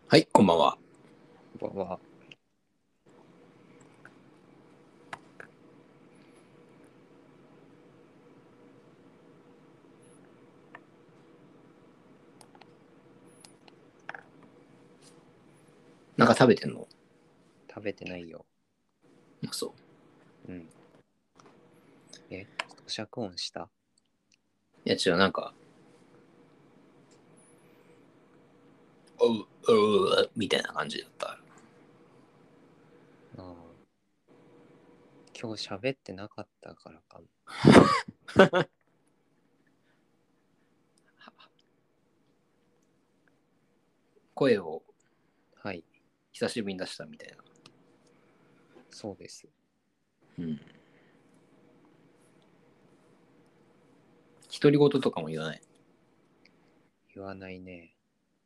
はい、こんばんは。 こんばんは。 なんか食べてんの？ 食べてないよ。 あ、そう。 うん。咀嚼音した？ いや、違う、なんか、うみたいな感じだった。 ああ。今日喋ってなかったからかも。 声をはい。 久しぶりに出したみたいな。 そうです。 うん。独り言とかも言わない？ 言わないね。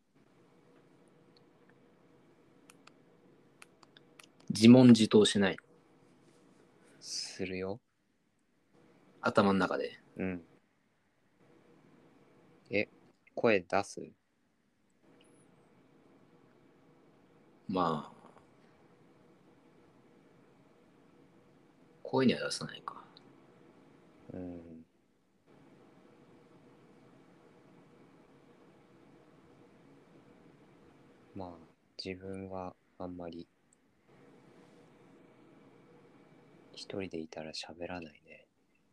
自問自答しない？ するよ。 頭の中で。 うん。声出す？ まあ、声には出さないか。 うん。まあ、自分はあんまり一人でいたら喋らないね。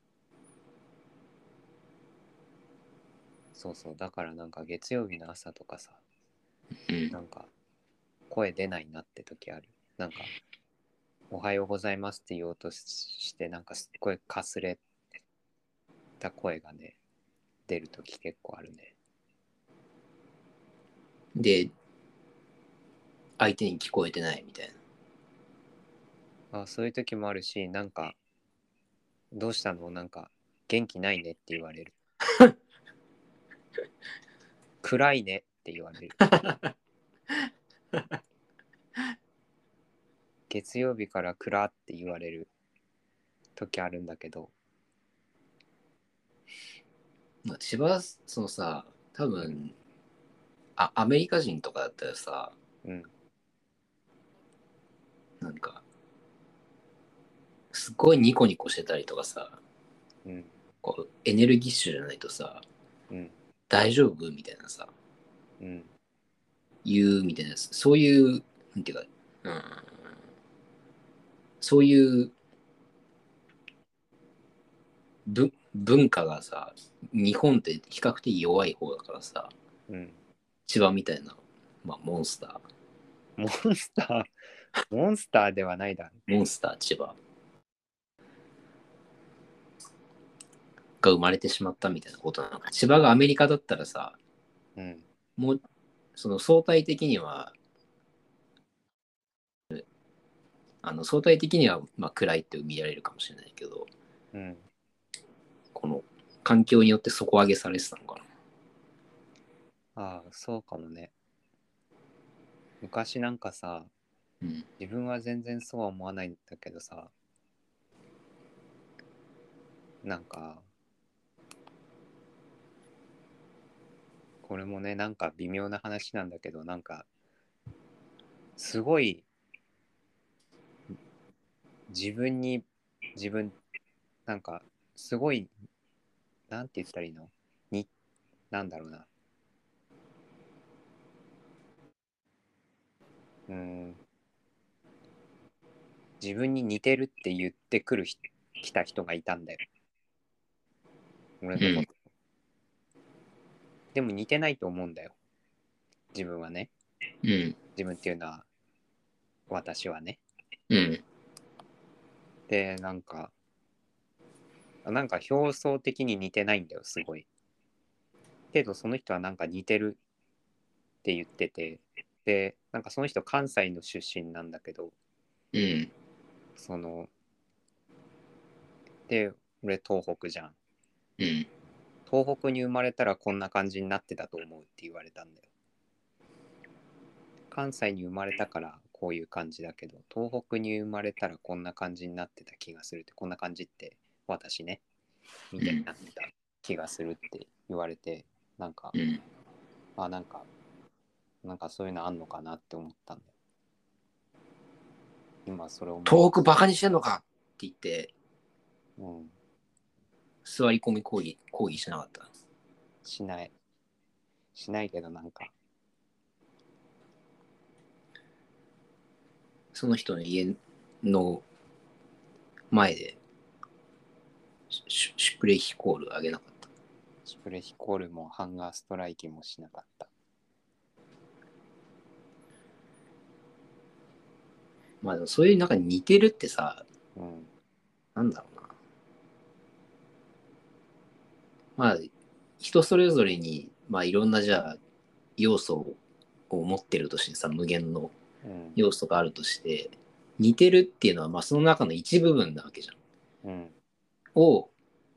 そうそう。だからなんか月曜日の朝とかさ、 うん。 なんか声出ないなって時ある。なんか、おはようございますって言おうとして、なんかすっごいかすれた声がね、出る時結構あるね。 で、相手に聞こえてないみたいそういう時もあるし、なんか、どうしたのなんか、元気ないねって言われる。暗いねって言われる。月曜日から暗って言われる時あるんだけど、 な。千葉、そのさ、多うん、 分、アメリカ人とかだったらさ、 うん、 なんか、すごいニコニコしてたりとかさ、 うん、 こう、エネルギッシュじゃないとさ、 うん、 大丈夫みたいなさ、 うん、 言うみたいな、そういう、なんていうか、うん、そういう文化がさ、日本って比較的弱い方だからさ、 うん。 千葉みたいな、まあ、 モンスター、モンスターではないだろ。 モンスター千葉が生まれてしまったみたいなことなのか。千葉がアメリカだったらさ、 うん、 もう、その相対的には、相対的には、まあ、暗いって見られるかもしれないけど、 うん。 この環境によって底上げされてたのかな。 ああ、そうかもね。昔なんかさ、 うん。 自分は全然そうは思わないんだけどさ、なんか、これもね、なんか微妙な話なんだけど、なんか、すごい自分に、自分、なんか、すごい、なんて言ったらいいのに、なんだろうな。うーん、自分に似てるって言ってきた人がいたんだよ。俺うん。 のこと。でも似てないと思うんだよ。自分はね。 うん。 自分っていうのは、私はね。 うん。 で、なんか表層的に似てないんだよ、すごい。けど、その人はなんか似てるって言ってて、で、なんかその人関西の出身なんだけど、 うん。 その、で、俺東北じゃん。 うん。 東北に生まれたらこんな感じになってたと思うって言われたんだよ。関西に生まれたからこういう感じだけど、東北に生まれたらこんな感じになってた気がするって、こんな感じって私ね、みたいにうん。 なってた気がするって言われて、なんか、 うん。 あ、なんかなんかそういうのあんのかなって思ったんだよ。今それを東北バカにしてんのかって言って、 うん、 座り込み抗議しなかった。 しないけどなんかその人の家の前でシュプレヒコールあげなかった。 シュプレヒコールもハンガーストライキもしなかった。 まあでもそういうなんか似てるってさ、 うん、 なんだろうな。まあ人それぞれにまあいろんなじゃあ要素を持ってるとしてさ、無限の要素があるとして、似てるっていうのはまあその中の一部分なわけじゃん。 うん、 を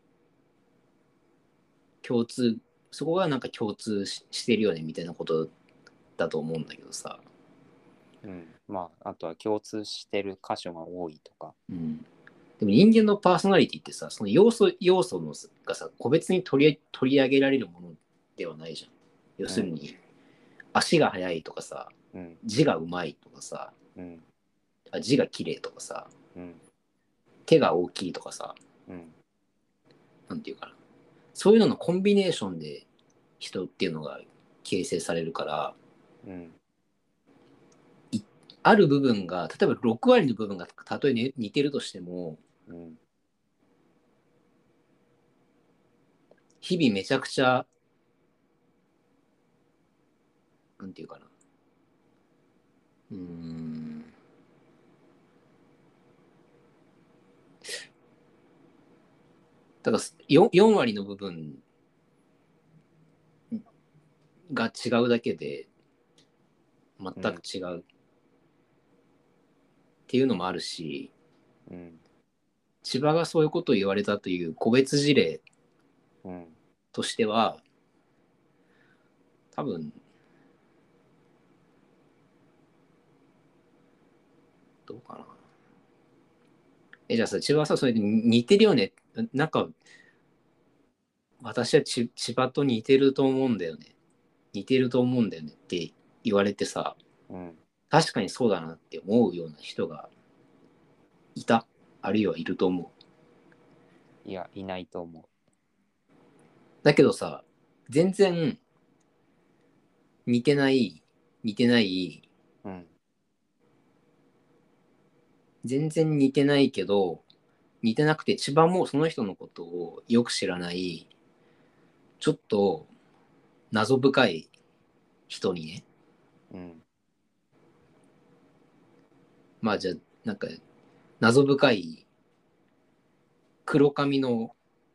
共通、そこがなんか共通してるよねみたいなことだと思うんだけどさ。 うん、まああとは共通してる箇所が多いとか。 うん。でも人間のパーソナリティってさ、その要素のがさ、個別に取り上げられるものではないじゃん。要するに、足が速いとかさ、 うん、 字がうまいとかさ、 うん、 字が綺麗とかさ、 うん、 手が大きいとかさ、 うん、 なんていうかな。そういうののコンビネーションで人っていうのが形成されるから、 うん、 ある部分が、例えば6割の部分がたとえ、ね、似てるとしても、 うん、 日々めちゃくちゃ、なんていうかな。うーん。だから 4割の部分が違うだけで、全く違うっていうのもあるし、 うん、 千葉がそういうことを言われたという個別事例うん、 としては、多分、どうかな。じゃあさ、千葉はさ、それで似てるよね。なんか、私は千葉と似てると思うんだよね。似てると思うんだよねって言われてさ、 うん。 確かにそうだなって思うような人がいた。あるいはいると思う。 いや、いないと思だけどさ、全然似てない、似てない、 う。うん、 全然似てないけど、似てなくて、千葉もその人のことをよく知らない、ちょっと謎深い人にね、 うん、 まあじゃあ、なんか、謎深い黒髪の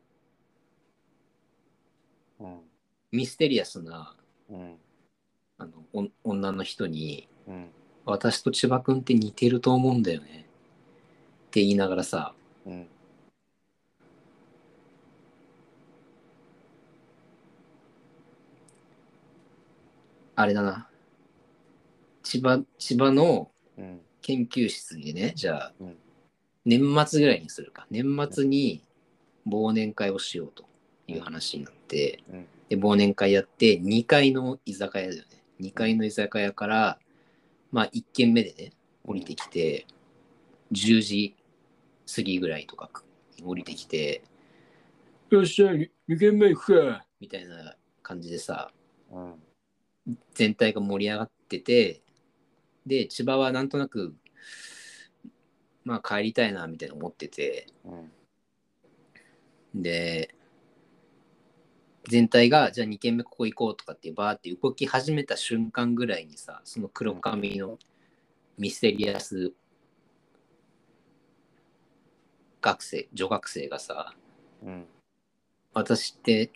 うん、 ミステリアスなうん、 女の人に、 うん、 私と千葉くんって似てると思うんだよねって言いながらさ、 うん、 あれだな、千葉のうん、 研究室でね、じゃあ、 うん、 年末ぐらいにするか。年末に忘年会をしようといううん、 話になって、 うん、 で、忘年会やって2階の居酒屋だよね。2階の居酒屋から、まあ1軒目でね、降りてきて、10時過ぎぐらいとか降りてきて、よっしゃ、2軒目行くかみたいな感じでさ、 うん、 全体が盛り上がってて、で、千葉はなんとなく、まあ帰りたいなみたいな思ってて、 うん、 で、全体がじゃあ2軒目ここ行こうとかってバーって動き始めた瞬間ぐらいにさ、その黒髪のミステリアス女学生がさ、 うん、 私って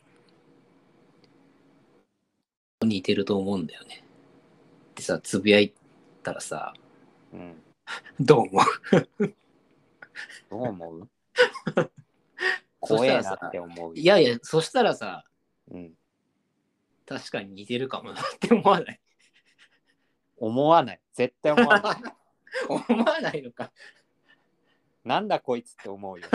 似てると思うんだよねってさ、つぶやいたらさ、 うん。 どう思う？ どう思う？ そしたらさ、 怖えなって思うよ。 いやいや、そしたらさ、 うん。 確かに似てるかもなって思わない？ 思わない。絶対思わない。 思わないのか。 なんだこいつって思うよ。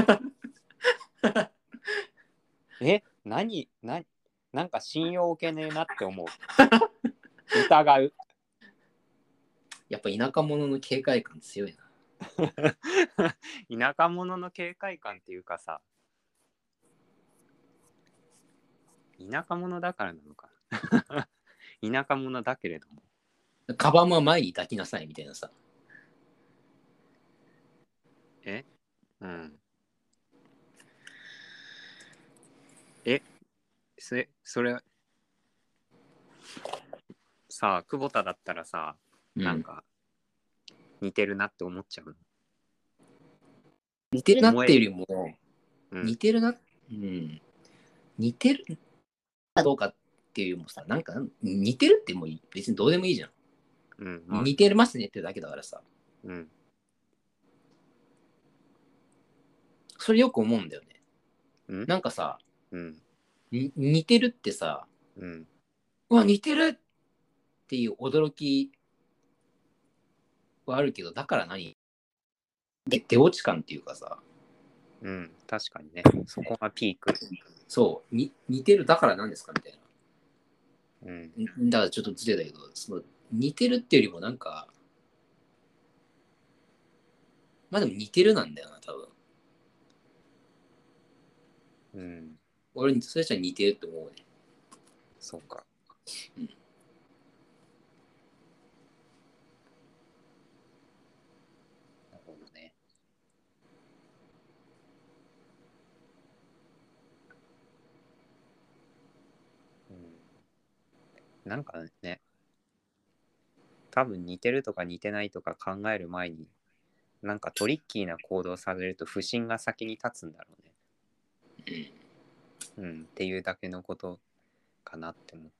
何なんか信用を受けねえなって思う。疑う。 やっぱ田舎者の警戒感強い田舎者の警戒感っていうかさ、田舎者だからなのかな。田舎者だけれども。 な。カバンは前に抱きなさいみたいなさ。 うん。え、それ、さ、久保田だったらさ、 うん、 なんか似てるなって思っちゃうの。 似てるなっていうよりも、 うん。 似てるな、うん、似てるかどうかっていうよりもさ、なんか似てるってもう別にどうでもいいじゃん。 うん。まあ、 似てますねってだけだからさ。 うん。 それよく思うんだよね。 うん。 なんかさ、 うん。 似てるってさ、 うん。 うわ、似てるっていう驚きはあるけど、だから出落ち感っていうかさ、 うん。確かにね。そこがピーク。 そう似てるだから何ですかみたいうん。 な。だからちょっとずれだけど、その似てるっていうよりもなんか、まあでも似てるなんだよな、多分。 うん。 俺にそれじゃ似てるって思うね。 そうか。 うん。 なるほどね。うん。なんかね、多分似てるとか似てないとか考える前に、なんかトリッキーな行動されると不信が先に立つんだろうね。うん。っていうだけのことかなって思った。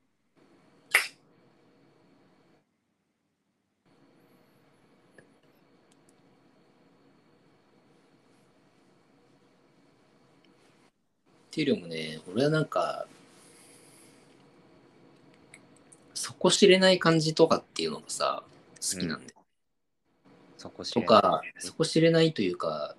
っていうよりもね、俺はなんか、底知れない感じとかっていうのがさ、好きなんだよ。 そこ知れない。 とか、底知れないというか、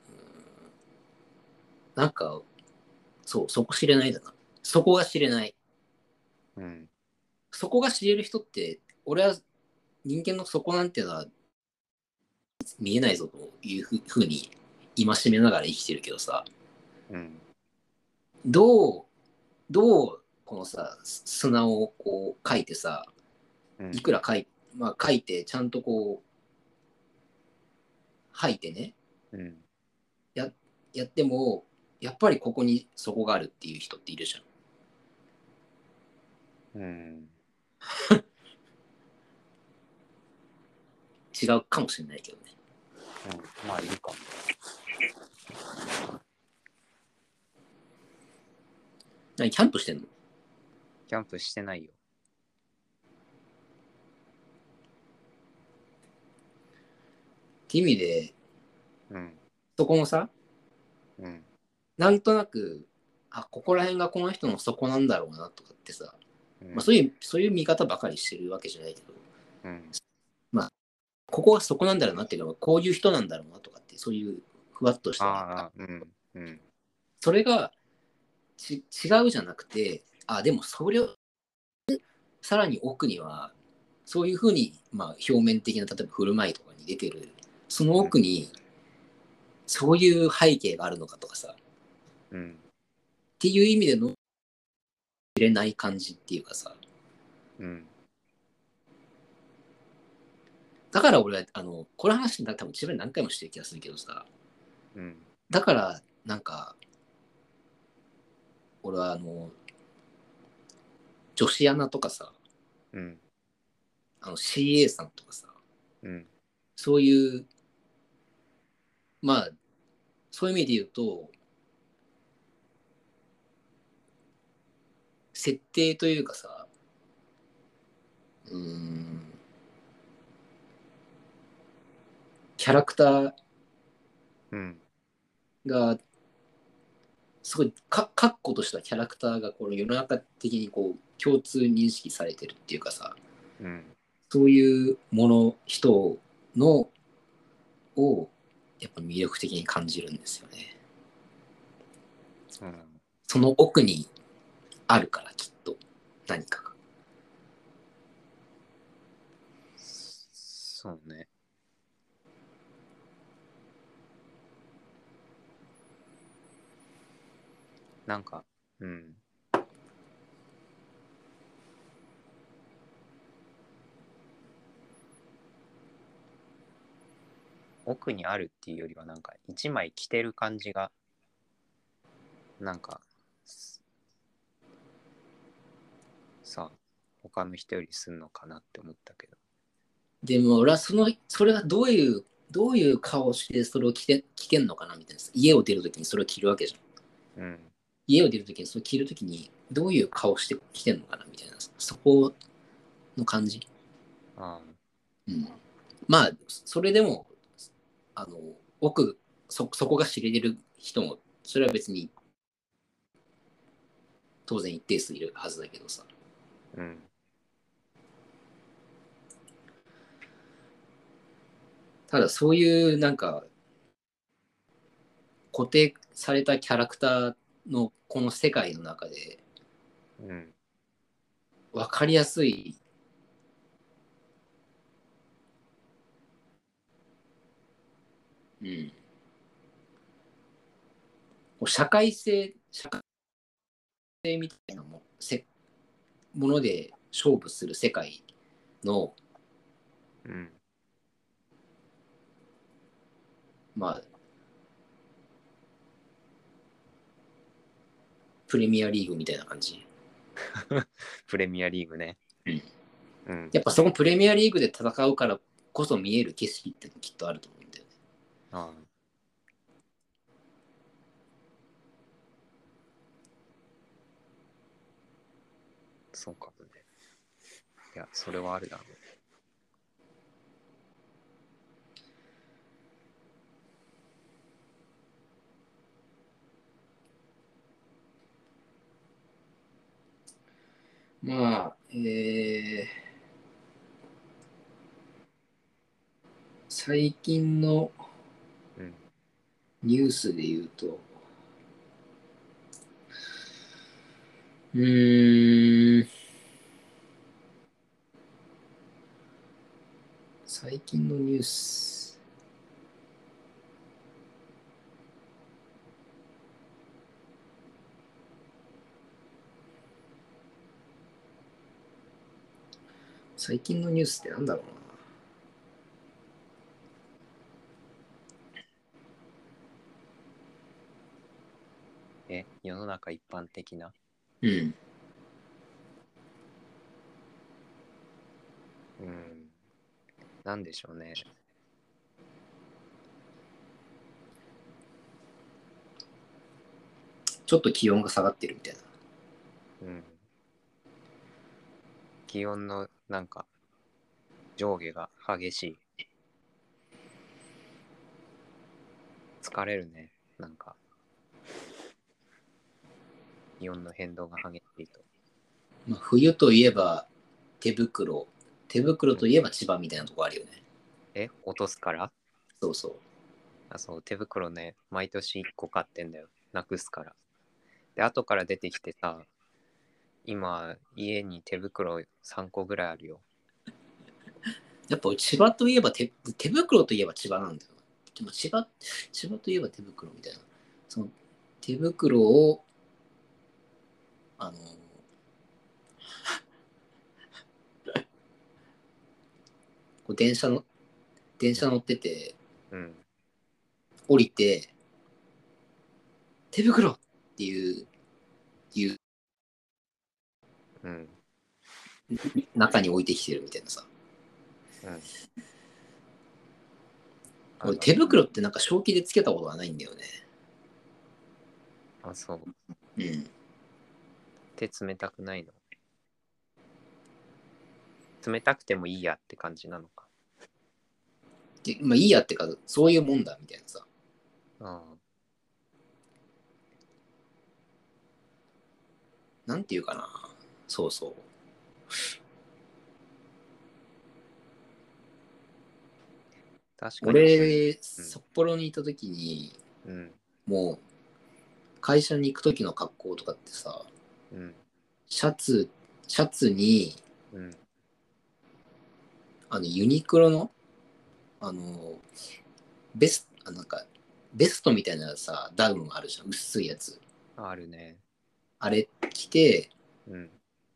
なんか、そう、底知れないだな。そこが知れない。 うん。 そこが知れる人って、俺は人間の底なんていうのは見えないぞというふうに戒めながら生きてるけどさ、 うん。 どう、どう、このさ、砂をこう書いてさ、 うん。 いくら書いて、ちゃんとこう、吐いてね、 うん。 や、やっても、やっぱりここに底があるっていう人っているじゃん。 うん。 違うかもしれないけどね。 うん。まあいいかも。 何、キャンプしてんの？ キャンプしてないよ。 って意味で、 うん。 そこのさ、 うん。 なんとなく、あ、ここら辺がこの人の底なんだろうなとかってさ、まあ、 うん。 そういう見方ばかりしてるわけじゃないけど、 うん。 まあ、ここがそこなんだろうなっていうか、こういう人なんだろうなとかって、そういうふわっとした、 ああ、うん。うん。 それが違うじゃなくて、あ、でもそれをさらに奥には、そういうふうに、まあ、表面的な、例えば振る舞いとかに出てる、そのうん。 奥に、そういう背景があるのかとかさ、っうん。 ていう意味での知れない感じっていうかさ、 うん。 だから俺は、この話多分自分何回もしてる気がするけどさ、 うん。 だから、なんか、俺は女子アナとかさ、 うん。 CA さんとかさ、 うん。 そういう、まあ、そういう意味で言うと、設定というかさ、うーん、キャラクターうん。 が、すごい確固としたキャラクターがこの世の中的にこう共通認識されてるっていうかさ、 うん。 そういう人のをやっぱ魅力的に感じるんですよね。 うん。 その奥にあるからきっと何かが。 そうね。なんか、うん。奥にあるっていうよりは、なんか一枚着てる感じが、なんか、さ、他の人よりすんのかなって思ったけど。 でも俺はそれがどういう顔してそれを着てんのかなみたいな。家を出るときにそれを着るわけじゃん。 うん。 家を出るときにそれを着るときにどういう顔して着てんのかなみたいな。そこの感じ。 ああ。 うん。まあ、それでも、あの、そこが知れてる人も、それは別に当然一定数いるはずだけどさ。 うん。 ただそういうなんか固定されたキャラクターのこの世界の中でうん。 分かりやすい、うん、社会性みたいなもので勝負する世界の、 うん。 まあ、プレミアリーグみたいな感じ。 プレミアリーグね。 うん、 うん。 やっぱそのプレミアリーグで戦うからこそ見える景色ってのきっとあると思うんだよね。 ああ。そうかもね。いや、それはあるだろまあ、最近のう。うん。 ニュースで言うと、うーん、最近のニュース。最近のニュースってなんだろうな。 世の中一般的な。 うん。 うん。なんでしょうね。 ちょっと気温が下がってるみたいな。 うん。気温のなんか上下が激しい。疲れるね。なんか気温の変動が激しいと。 まあ、冬といえば手袋。手袋うん。 といえば千葉みたいなとこあるよね。 落とすから。 そうそう。 あ、そう、手袋ね、毎年1個買ってんだよ。なくすから。で、後から出てきてさ、今、家に手袋3個ぐらいあるよ。 やっぱ千葉といえば手袋といえば千葉なんだよ。でも千葉といえば手袋みたいな。その手袋を、あの、こう電車乗ってて、 うん。 降りて、手袋っていううん。 中に置いてきてるみたいなさ。 うん。 俺手袋ってなんか正気でつけたことはないんだよね。 あ、そう。 うん。 手冷たくないの？冷たくてもいいやって感じなのか。 でまあいいやってか、そういうもんだみたいなさ。 あなんていうかな。そうそう。 あ、確かに。 俺、 うん。 札幌にいた時に、 うん。 もう会社に行く時の格好とかってさ、 うん。 シャツ、シャツに、 うん。 ユニクロの、 あの、ベスなんか、ベストみたいなさ、ダウンあるじゃん、薄いやつ。 あるね。 あれ着て、 うん。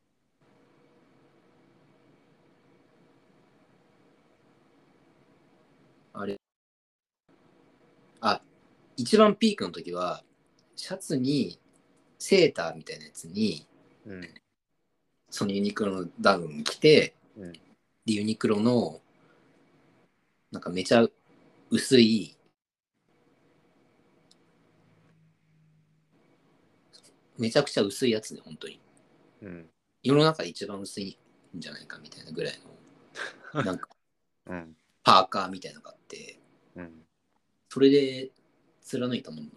あれ、あ、一番ピークの時は、シャツに、セーターみたいなやつに、 うん。 そのユニクロのダウン着て、 うん。 で、ユニクロの、なんかめちゃ薄い、めちゃくちゃ薄いやつね、本当に。 うん。 世の中で一番薄いんじゃないかみたいなぐらいの、なんか、 うん。 パーカーみたいなのがあって、 うん。 それで貫いたもんな。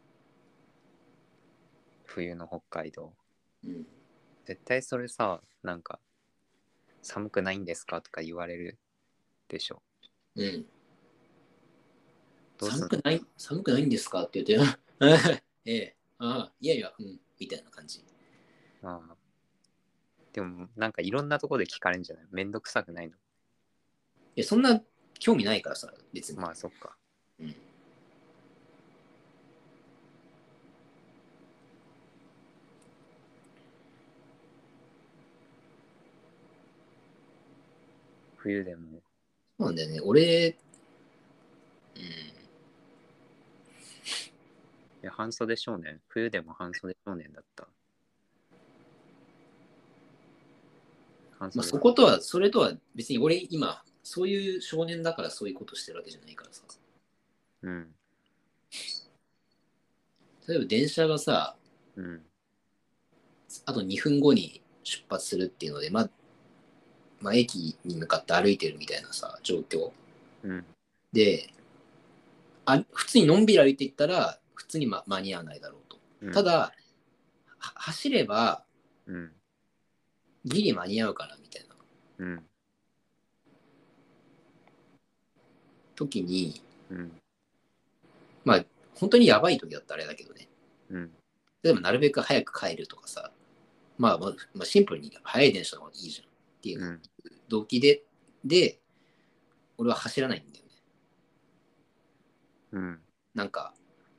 冬の北海道。 うん。 絶対それさ、なんか、寒くないんですかとか言われるでしょ。 うん。 どうすん寒くないんですかって言って、ええ、ああ、いやいや、うん、みたいな感じ。いの？ああ。でも、なんかいろんなとこで聞かれんじゃない？めんどくさくないの？ や、そんな興味ないからさ、別に。 まあ、そっか。 うん。 冬でも。 そうなんだよね。俺、うん。 いや、半袖少年。冬でも半袖少年だった。半まあ、 袖。 それとは別に俺今、そういう少年だからそういうことしてるわけじゃないからさ。 うん。 例えば電車がさ、 うん。 あと2分後に出発するっていうので、まあ、駅に向かって歩いてるみたいなさ、状況うん。 で、普通にのんびり歩いていったら、普通に、間に合わないだろうと。 うん。 ただ、走ればうん。 ギリ間に合うからみたいなうん。 時に、 うん。 まあ、本当にやばい時だったらあれだけどね。 うん。 例えばなるべく早く帰るとかさ、シンプルに早い電車の方がいいじゃんっていううん。 動機で、俺は走らないんだよね。 うん。 なんか、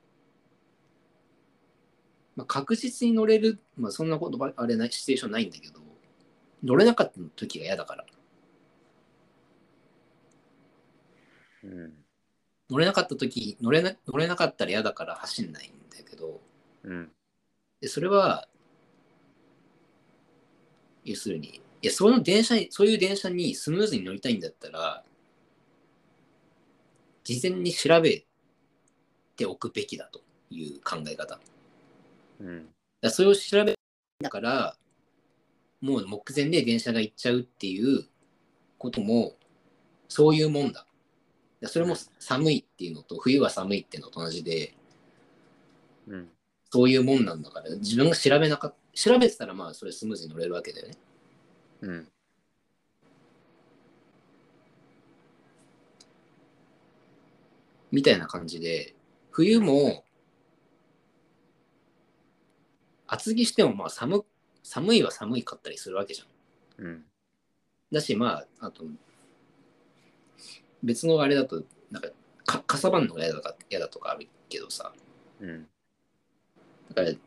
確実に乗れる、そんなことばあれなシチュエーションないんだけど、乗れなかった時が嫌だから。 うん。 乗れなかったら嫌だから走んないんだけど、 うん。 でそれは、要するに、そういう電車にスムーズに乗りたいんだったら、事前に調べておくべきだという考え方。 うん。 それを調べだから、もう目前で電車が行っちゃうっていうことも、そういうもんだ。それも寒いっていうのと、冬は寒いっていうのと同じで、 うん。 そういうもんなんだから、自分が調べてたら、それスムーズに乗れるわけだよね。 うん。 みたいな感じで、冬も厚着しても寒いは寒いかったりするわけじゃん。 うん。 だし、あと、別のあれだと、なんか、かさばんのが嫌だとかあるけどさ、 うん。 だから、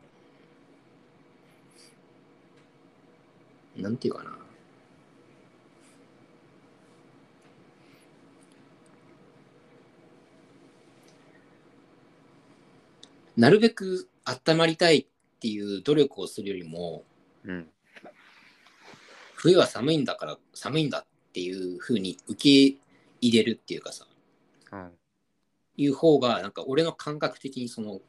なんていうかな。なるべく温まりたいっていう努力をするよりも、 うん。 冬は寒いんだから寒いんだっていう風に受け入れるっていうかさ、 うん。 いう方が、なんか俺の感覚的に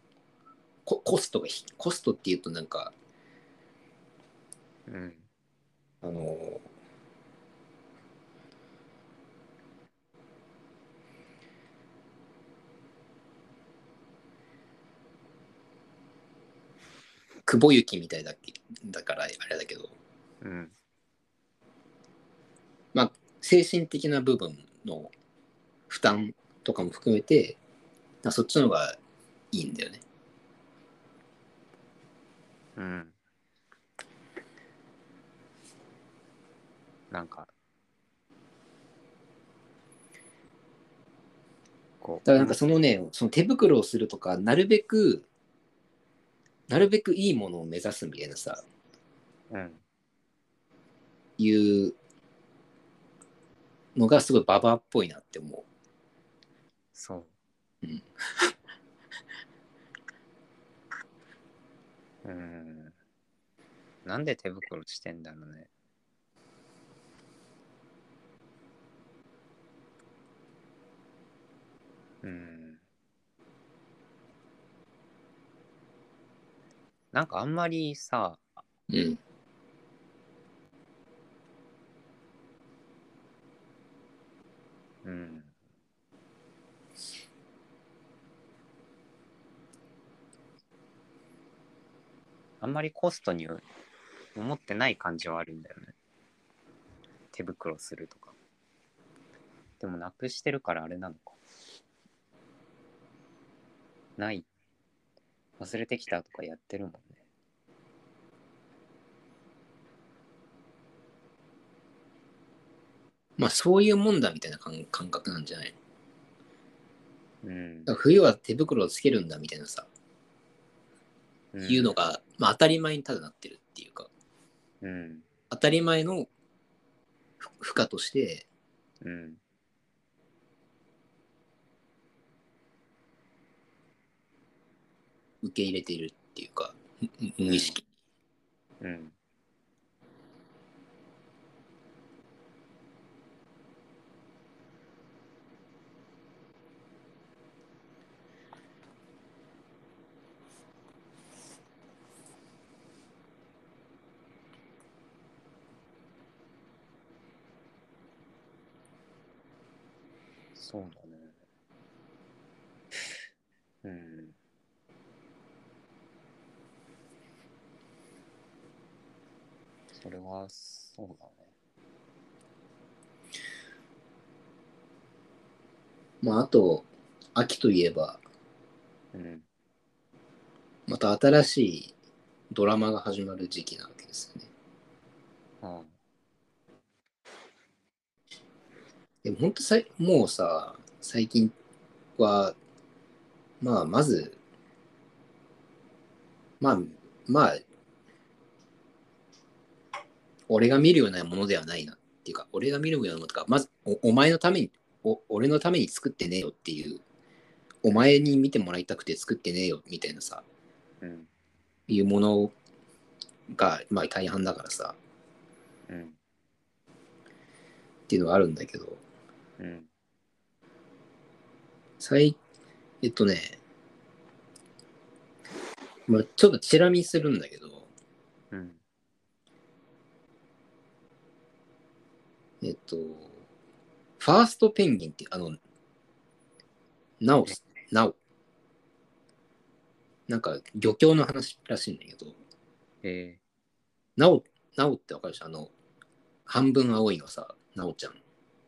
コストっていうとなんか、 うん。 あの、久保雪みたいだからあれだけど、 うん。 精神的な部分の負担とかも含めて、そっちの方がいいんだよね。 うん。なんか、 こだからなんかそのね、その手袋をするとか、なるべくいいものを目指すみたいなさ、 う、うん、 いうのがすごいババアっぽいなって思そう。 う。うん。 なんで手袋してんだろうね。なんかあんまりさ、 うん。 うん、あんまりコストに思ってない感じはあるんだよね。手袋するとか。でもなくしてるからあれなのか。ない。忘れてきたとかやってるもんね。 まあそういうもんだみたいな感覚なんじゃない？ うん。 だから冬は手袋をつけるんだみたいなさ、 うん。 いうのが、まあ当たり前にただなってるっていうか、 うん。 当たり前の負荷としてうん。 受け入れているっていうか、無うん。 意識。 うん。そうだね。うん。それはそうだね。 まああと、秋といえば、 うん。 また新しいドラマが始まる時期なわけですよね。 あでも本当もうさ、最近は、まあまず、まあ、まあ、俺が見るようなものではないなっていうか、俺が見るようなものとか、まずお前のために俺のために作ってねえよっていう、おうん。 前に見てもらいたくて作ってねえよみたいなさ、 うん。 いうものが、まあ大半だからさ、 うん。 っていうのはあるんだけど、 うん。 最、えっとね、まあ、ちょっとチラ見するんだけど、 うん。 えっと、ファーストペンギンって、なお、 え、 なお、なんか漁協の話らしいんだけど、 えなお、なおってわかるでしょ？半分青いのさ、なおちゃん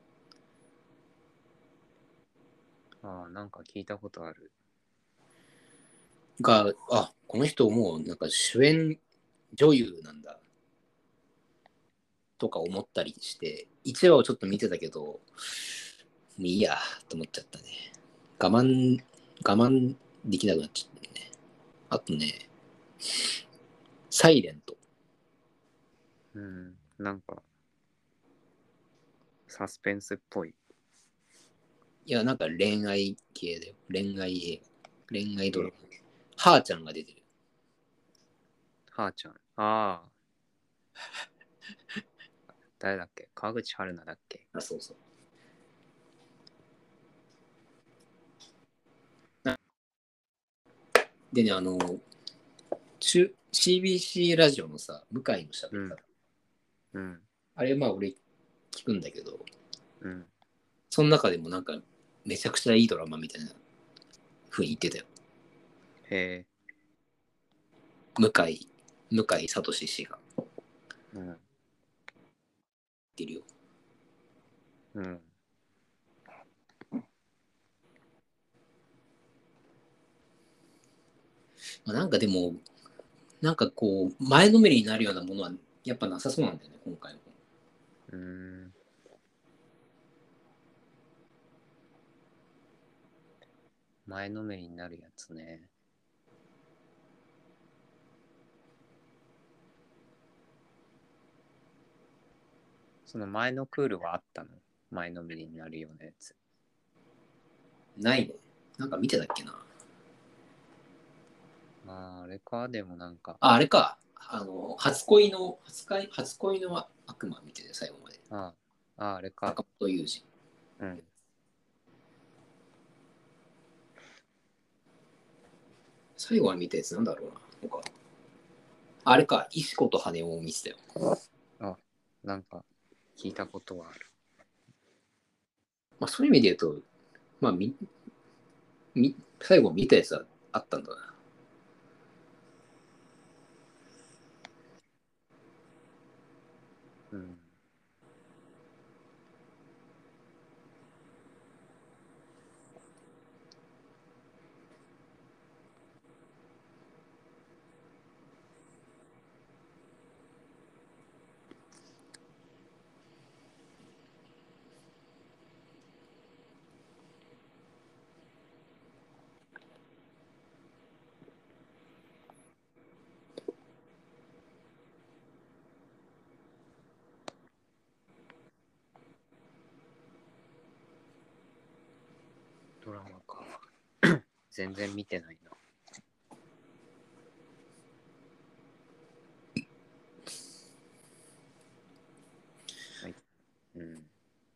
ああ、なんか聞いたことある。 が、あ、この人もうなんか主演女優なんだとか思ったりして、1話をちょっと見てたけど、もういいやと思っちゃったね。我慢、我慢できなくなっちゃったね。あとね、サイレント。 うん。なんか、サスペンスっぽい。 いや、なんか恋愛系だよ。恋愛映画。恋愛ドラえ、 マ。はーちゃんが出てる。 はーちゃん。ああ、誰だっけ、川口春奈だっけ。 あ、そうそう。でね、CBC ラジオのさ、向井の喋うん。 り方。 うん。 あれ、まあ俺聞くんだけど、 うん。 その中でもなんかめちゃくちゃいいドラマみたいな風に言ってたよ。 へえ。 向井、向井聡氏がうん。 言ってるよ。 うん。 まあ、なんかでも、なんかこう、前のめりになるようなものはやっぱなさそうなんだよね、今回の。 うん。 前のめりになるやつね。その前のクールはあったの？前のめりになるようなやつ。 ないね。なんか見てたっけな。 あれか、でもなんか。 あれか。初恋の悪魔見てて、最後まで。 あれか。 坂本雄二。 うん。 最後は見たやつなんだろうな。あれか。石子と羽男を見てたよ。 なんか聞いたことはある。 まあ、そういう意味で言うと、まあ、最後見たやつはあったんだな。 うん。ドラマか。全然見てないな。はい。うん。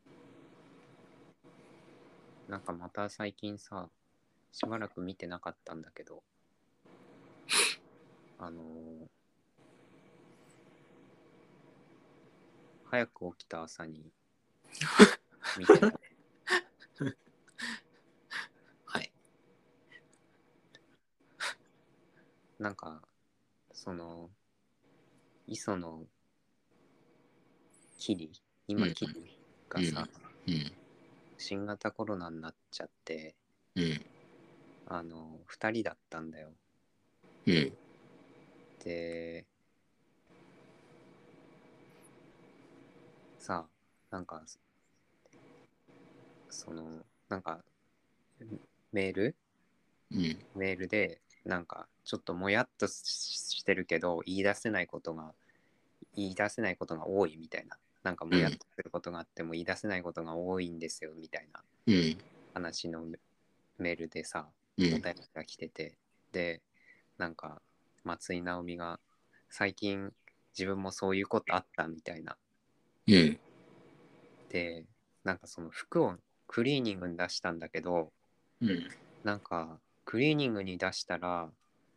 なんかまた最近さ、しばらく見てなかったんだけど、早く起きた朝に見てたね。 はい。 なんか、磯野キリ、今キリがさ、新型コロナになっちゃって、2人だったんだよ。で、さ、なんか、なんか、メールメールで、なんか、ちょっともやっとしてるけど、言い出せないことが多いみたいな。なんかもやっとすることがあっても言い出せないことが多いんですよみたいな話のメールでさ、お便りが来てて、で、なんか松井直美が最近自分もそういうことあったみたいな。で、なんかその服をクリーニングに出したんだけど、なんかクリーニングに出したら、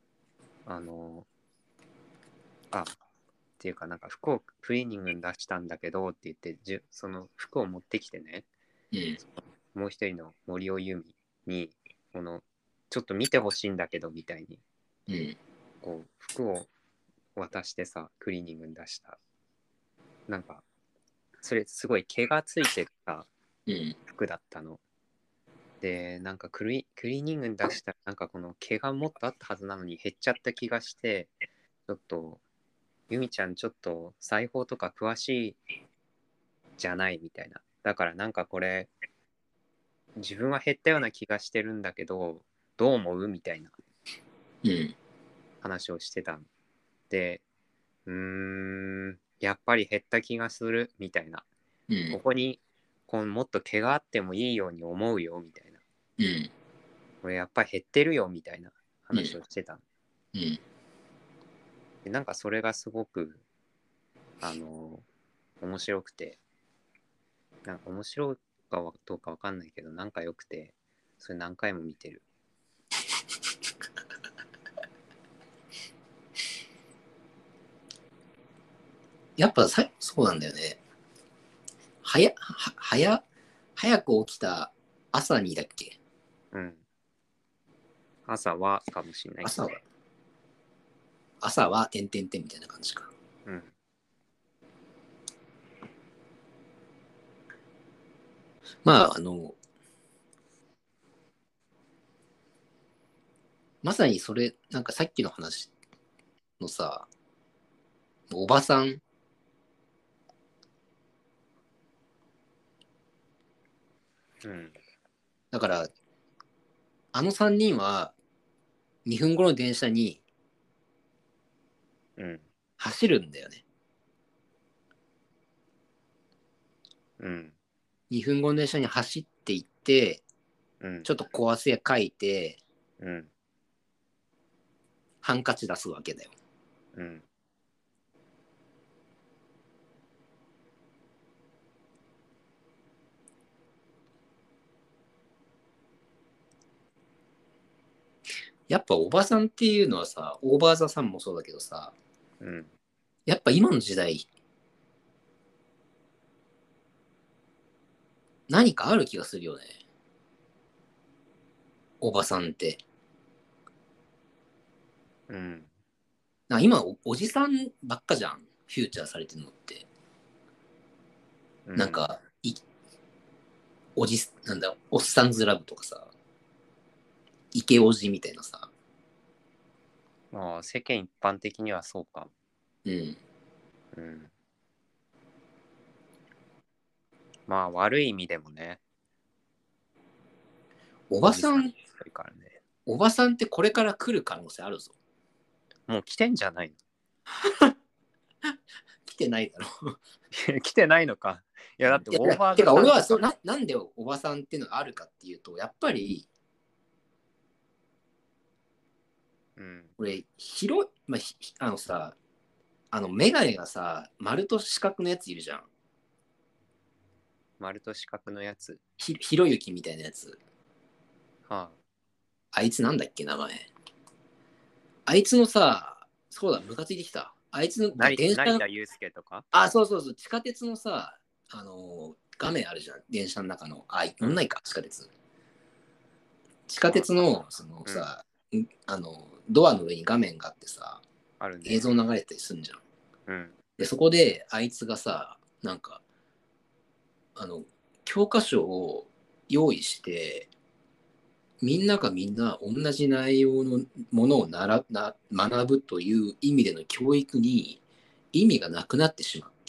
っていうかなんか服をクリーニングに出したんだけどって言ってその服を持ってきてね、もう一人の森尾由美にちょっと見てほしいんだけどみたいに、こう服を渡してさ、クリーニングに出した。なんかそれすごい毛がついてた服だったの。で、なんかクリーニングに出したらなんかこの毛がもっとあったはずなのに減っちゃった気がして、ちょっと由美ちゃんちょっと裁縫とか詳しいじゃないみたいな。だからなんかこれ自分は減ったような気がしてるんだけどどう思うみたいな話をしてたんで、やっぱり減った気がするみたいな。ここにもっと毛があってもいいように思うよみたいな。これやっぱり減ってるよみたいな話をしてたんで、なんかそれがすごく面白くて、なんか面白いかどうかわかんないけど、なんか良くて、それ何回も見てる。 やっぱそうなんだよね。早く起きた朝にだっけ？ うん。朝はかもしれないけど。 朝は、てんてんてんみたいな感じか。 うん。 まあ、まさにそれ、なんかさっきの話のさ、おばさん、 うん。 だから、 あの3人は2分後の電車にうん。 走るんだよね。 うん。 2分後の電車に走っていって、 うん。 ちょっと小汗かいて、 うん。 ハンカチ出すわけだよ。 うん。 やっぱおばさんっていうのはさ、オーバーザさんもそうだけどさ、 うん。 やっぱ今の時代、何かある気がするよね。おばさんって。 うん。 今おじさんばっかじゃん。フューチャーされてるのって。 うん。 なんか、なんだ、おっさんずラブとかさ、イケオジみたいなさ。 まあ、世間一般的にはそうかも。 うん。 うん。まあ、悪い意味でもね、 おおじさんばさん、 多いからね。 おばさんってこれから来る可能性あるぞ。 もう来てんじゃない来てないだろ。 の？来てないのか。いや、だっていや、 オーバーザてか俺はさんとか、 なんでおばさんっていうのがあるかっていうと、やっぱり、 うん。 俺、まあ、あのさ、メガネがさ、丸と四角のやついるじゃん。 丸と四角のやつ。 ひろゆきみたいなやつ。 はあいつなんだっけ、名前。あいつのさ、そうだ、ムカついてきた。あいつの電車の、 成田悠介とか。 あ、そうそうそう、地下鉄のさ、画面あるじゃん。電車の中の。 うん。 乗んないか、地下鉄。地下鉄の、そのうん。 さ、ドアの上に画面があってさ、 あるね。 映像流れたりすんじゃん。 うん。 で、そこで、あいつがさ、なんか、教科書を用意して、みんながみんな同じ内容のものを学ぶという意味での教育に意味がなくなってしまって、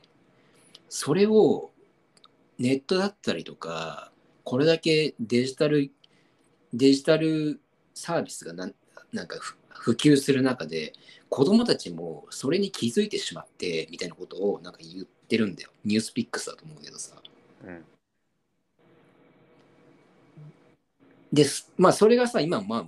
それをネットだったりとか、これだけデジタルサービスがなんか普及する中で、子供たちもそれに気づいてしまって、みたいなことをなんか言ってるんだよ。ニュースピックスだと思うけどさ。 うん。 で、まあそれがさ、今、まあ、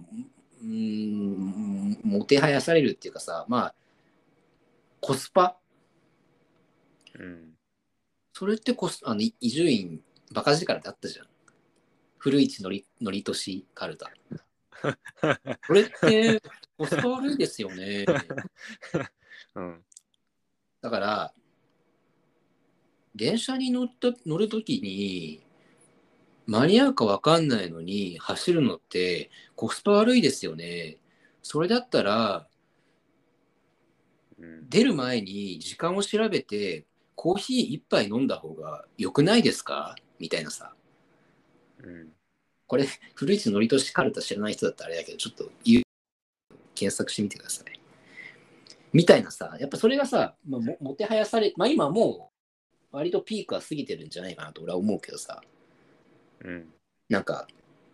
もてはやされるっていうかさ、まあ、コスパ、 うん。 それって伊集院、バカ力だったじゃん。古市のりとしカルタ。これってコスパ悪いですよね。 うん。 だから、電車に乗るときに、間に合うか分かんないのに走るのってコスパ悪いですよね。それだったら、 うん。 出る前に時間を調べて、コーヒー一杯飲んだ方が良くないですかみたいなさ。 うん。 これ、古市憲寿カルタ知らない人だったらあれだけど、ちょっと検索してみてください。みたいなさ、やっぱそれがさ、もてはやされ、まあ今もう割とピークは過ぎてるんじゃないかなと俺は思うけどさ、 うん。 なんか、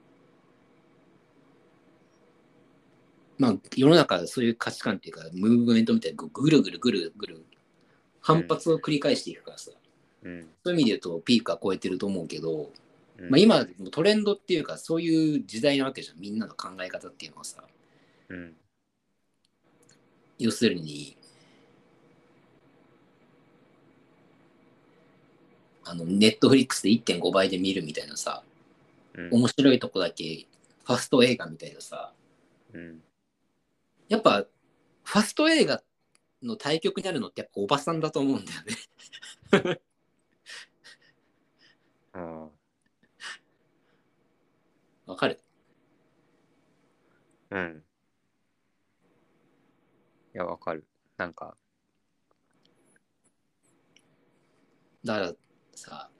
まあ世の中そういう価値観っていうか、ムーブメントみたいなぐるぐるぐるぐる反発を繰り返していくからさ、 うん。 そういう意味で言うとピークは超えてると思うけど、 うん。 まあ今トレンドっていうかそういう時代なわけじゃん、みんなの考え方っていうのはさ、 うん。 要するに、ネットフリックスで1.5倍で見るみたいなさ、 うん。 面白いとこだけファスト映画みたいなさ、 うん。 やっぱファスト映画の対極にあるのってやっぱおばさんだと思うんだよね。 うん。 わかる？ うん。いや、わかる。なんか、 だからさ、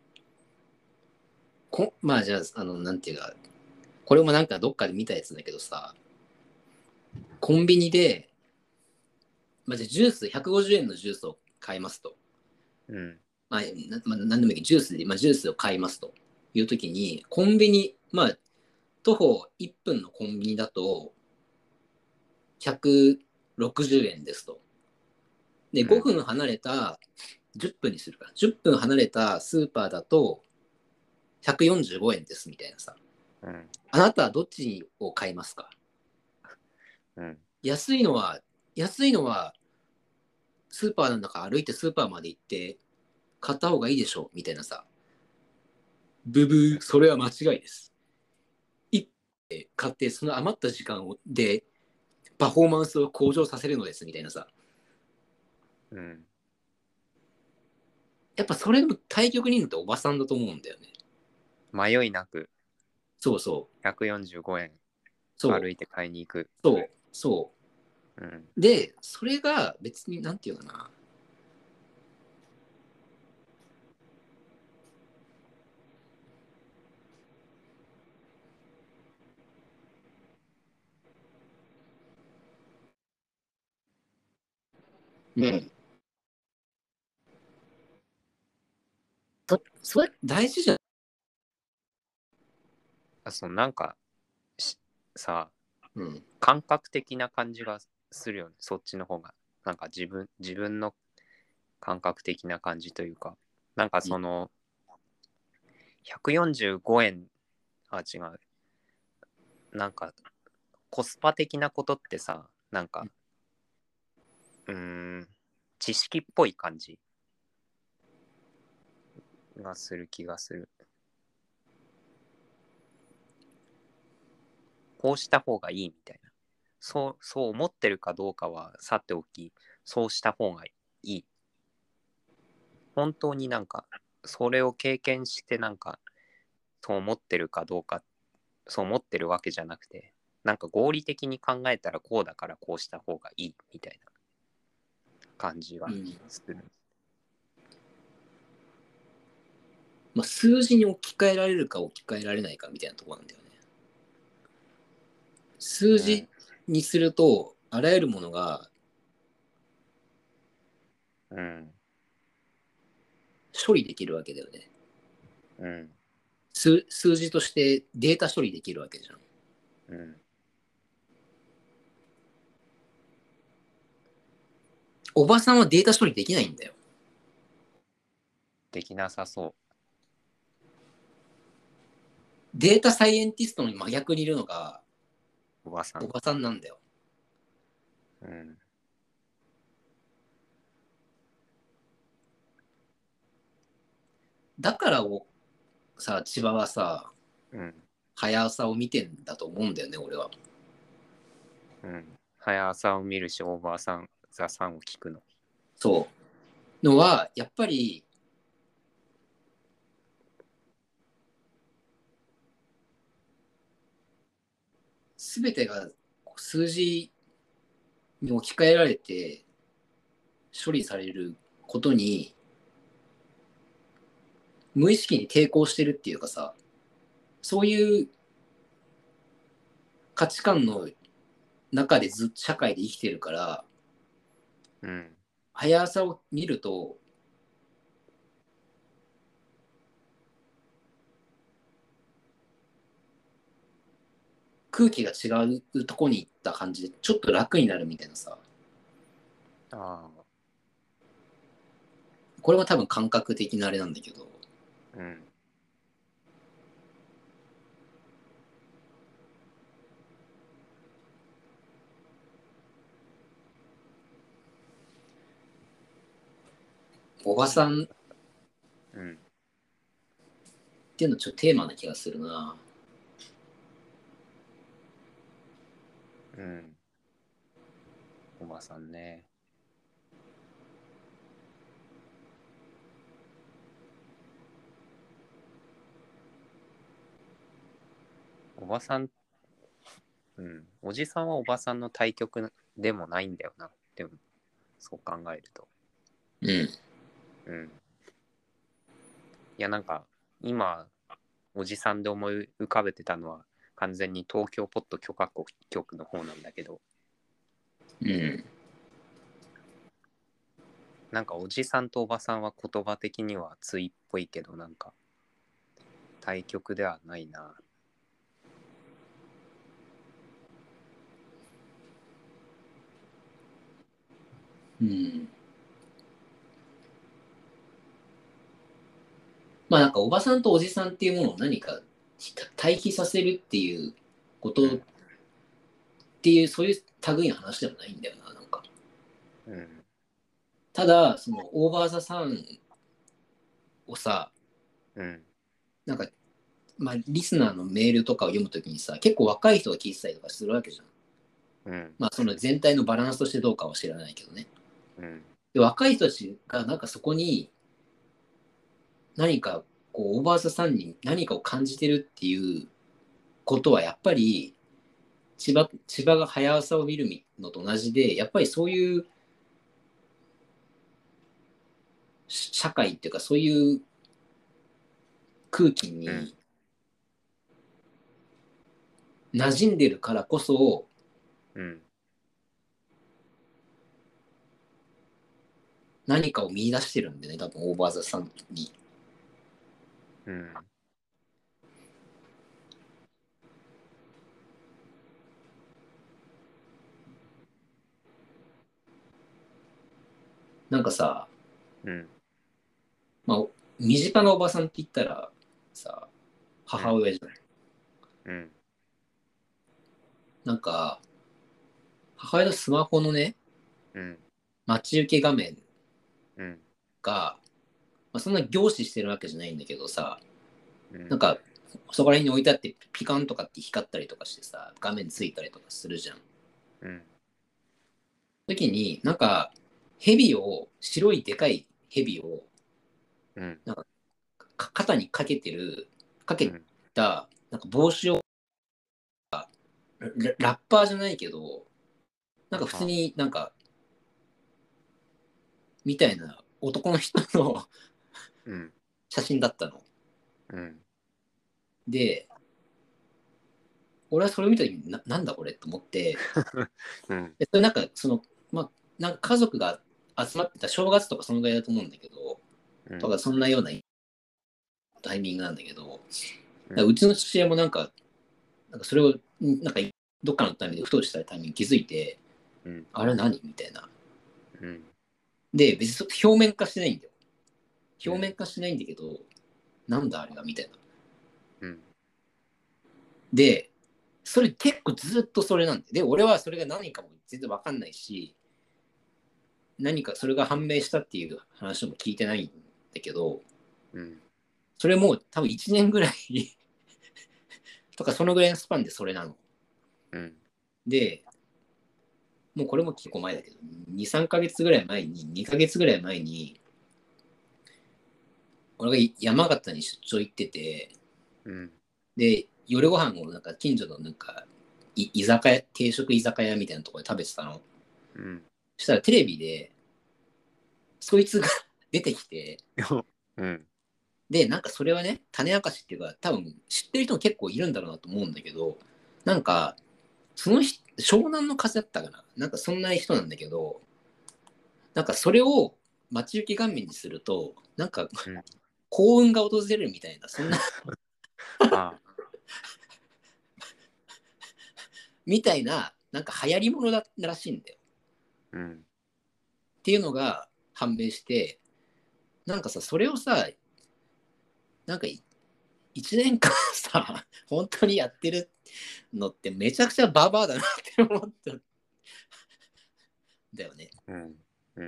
まあじゃあ、なんていうか、これもなんかどっかで見たやつだけどさ、コンビニで、まあ、じゃあジュース、150円のジュースを買いますと。 うん。 なんでもいいけど、ジュースを買いますというときに、コンビニ、まあ、 徒歩1分のコンビニだと160円ですと。で、5分離れた、10分にするから、10分離れたスーパーだと145円ですみたいなさ。 うん。 あなたはどっちを買いますか？ うん。 安いのは、安いのはスーパーなんだから歩いてスーパーまで行って買った方がいいでしょうみたいなさ。ブブー、それは間違いです。行って買ってその余った時間でパフォーマンスを向上させるのですみたいなさ。 うん。 やっぱそれの対極にいるのっておばさんだと思うんだよね。 迷いなくそうそう。 145円そう。 歩いて買いに行く。 そう。そうん。 う。で、それが別に、なんていうかな。うん。それ大事じゃん。 なんかさ、 うん。 感覚的な感じがするよね。そっちの方が。なんか自分の感覚的な感じというか。なんかその、145円、違う。なんかコスパ的なことってさ、なんか、うーん、知識っぽい感じがする気がする。こうした方がいいみたいな。そう思ってるかどうかはさておき、そうした方がいい。本当になんか、それを経験してなんか、そう思ってるかどうか、そう思ってるわけじゃなくて、なんか合理的に考えたらこうだからこうした方がいいみたいな感じがうん。 する。 まあ、数字に置き換えられるか置き換えられないかみたいなところなんだよね。数字にすると、あらゆるものがうん。 処理できるわけだよね。 うん。 数字としてデータ処理できるわけじゃん。 うん。 おばさんはデータ処理できないんだよ。 できなさそデータサイエンティストの真逆にいるのがう。おばさん。 おばさんなんだよ。 うん。 だからさ、千葉はさ、 うん。 早朝を見てんだと思うんだよね、俺は。 うん。早朝を見るし、おばさん、ザさんを聞くの。 そうのは、やっぱり、すべてが数字に置き換えられて処理されることに無意識に抵抗してるっていうかさ、そういう価値観の中でずっと社会で生きてるから、 うん。 早朝を見ると、空気が違うとこに行った感じで、ちょっと楽になるみたいなさ、 ああ。 これは多分感覚的なあれなんだけど、 うん。 おばさんうん。 っていうのちょっとテーマな気がするな。 うん。おばさんね。おばさん、うん。おじさんはおばさんの対極でもないんだよな。でも、そう考えると。 うん。 うん。いや、なんか、今、おじさんで思い浮かべてたのは、完全に東京ポット許可局の方なんだけど、 うん。 なんかおじさんとおばさんは言葉的には対っぽいけど、なんか対極ではないな。 うん。まあなんかおばさんとおじさんっていうものを何か対比させるっていうことっていう、そういう類の話でもないんだよな、なんか。 うん。 ただ、そのオーバーザさんをさ、 うん。 なんか、まあ、リスナーのメールとかを読むときにさ、結構若い人が聞いてたりとかするわけじゃん。 うん。 まあ、その全体のバランスとしてどうかは知らないけどね。 うん。 で、若い人たちがなんかそこに何かこう、オーバーザさんに何かを感じてるっていうことはやっぱり千葉が早朝を見るのと同じで、やっぱりそういう社会っていうか、そういう空気うん。 に馴染んでるからこそ、 うん。 何かを見出してるんでね、多分オーバーザさんに。 うん。 なんかさ、 うん。 まあ、身近なおばさんって言ったらさ、 うん。 母親じゃない。 うん。 なんか、母親のスマホのね、 うん。 待ち受け画面うん。 が、まあ、そんな凝視してるわけじゃないんだけどさ、 うん。 なんか、そこら辺に置いてあってピカンとかって光ったりとかしてさ、画面ついたりとかするじゃん。 うん。 時に、なんか、白いでかい蛇を、 うん。 なんか、肩にかけうん。 た、なんか帽子を、ラッパーじゃないけど、なんか普通あ、 になんか、みたいな男の人のうん。 写真だったの。 うん。 で、俺はそれを見た時になんだこれと思って、 うん。 でそれなんかまあ、なんか家族が集まってた正月とかそのぐらいだと思うんだけど、 うん。 とかそんなようなタイミングなんだけど、 うん。 うちの父親もなんかそれを、なんかどっかのタイミングでふとしたタイミングに気づいて、 うん。 あれ何みたいな。 うん。 で、別に表面化してないんだよ。 うん。 表面化してないんだけど、なんだあれがみたいな。 うん。 で、それ結構ずっとそれなんで、俺はそれが何かも全然わかんないし、何かそれが判明したっていう話も聞いてないんだけど、 うん。 それも多分1年ぐらいとかそのぐらいのスパンでそれなの。 うん。 で、もうこれも結構前だけど、2、3ヶ月ぐらい前に、2ヶ月ぐらい前に、俺が山形に出張行ってて、 うん。 で、夜ご飯をなんか近所のなんか居酒屋、定食居酒屋みたいなところで食べてたの。 うん。 そしたらテレビで、そいつが出てきて、 うん。 で、なんかそれはね、種明かしっていうか、多分知ってる人も結構いるんだろうなと思うんだけど、なんか、その人、湘南の風だったかななんかそんな人なんだけど、なんかそれを待ち受け画面にすると、なんかうん。 幸運が訪れるみたいな、そんな、 あ、 みたいな、なんか流行りものだったらしいんだよ。 うん。 っていうのが判明して、なんかさ、それをさ、なんか1年間さ、本当にやってるのってめちゃくちゃババアだなって思ったんだよね。 うん。うん。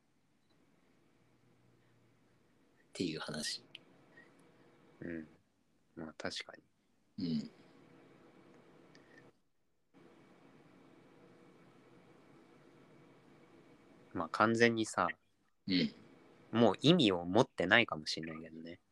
っていう話。 うん。まあ確かうん。 に。まあ完全にさ、 うん。 もう意味を持ってないかもしれないけどね。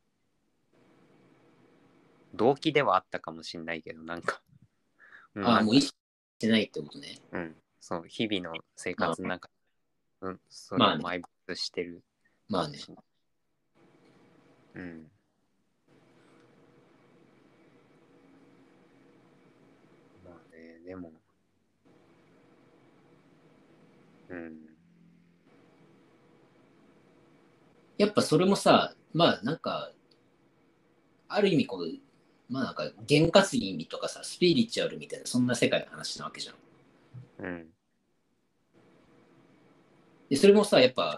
動機ではあったかもしれないけど、なんか、もうああ、 なんか、 もう意識してないってことね。 うん、そう、日々の生まあ、 活の中、うん、それまあね。 を埋没してるまあね。 かもしれない。うん。まあね、でも、うん。 やっぱそれもさ、まあなんか、ある意味こう、まあなんか、験担ぎとかさ、スピリチュアルみたいな、そんな世界の話なわけじゃん。 うん。 で、それもさ、やっぱ、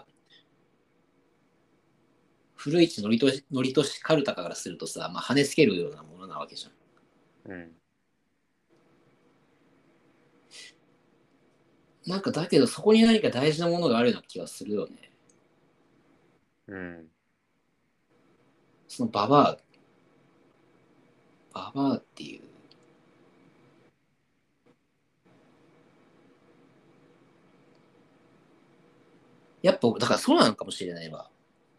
古市憲寿カルタからするとさ、まあ、跳ねつけるようなものなわけじゃん。 うん。 なんかだけど、そこに何か大事なものがあるような気がするよね。 うん。 そのババアっていう。やっぱ、だからそうなのかもしれないわ。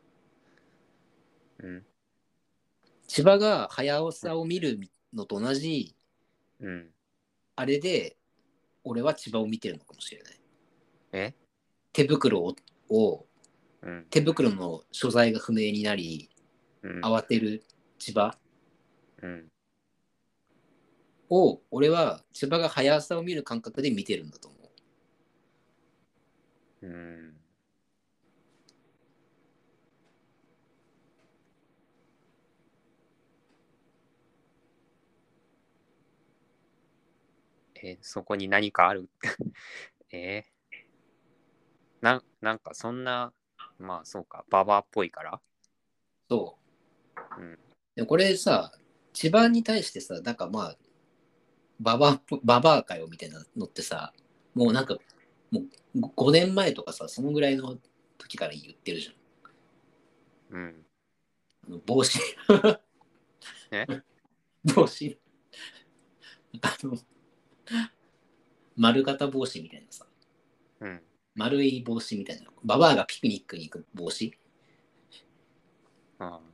うん。 千葉が早尾さを見るのと同じ、 うん。 あれで、俺は千葉を見てるのかもしれない。 え手袋をうん。 手袋の所在が不明になり、 うん。 慌てる千葉うん。 を、俺は千葉が早朝を見る感覚で見てるんだと思う。 うん。そこに何かあるえなんかそんな、まあそうか、ババアっぽいから。 そうん。 う。でこれさ、千葉に対してさ、なんかまあ、ババアかよみたいなのってさ、もうなんか、もう5年前とかさ、そのぐらいの時から言ってるじゃん。 うん。 帽子、 え帽子、あの、丸型帽子みたいなさ、 うん。 丸い帽子みたいな。ババアがピクニックに行く帽子、 あ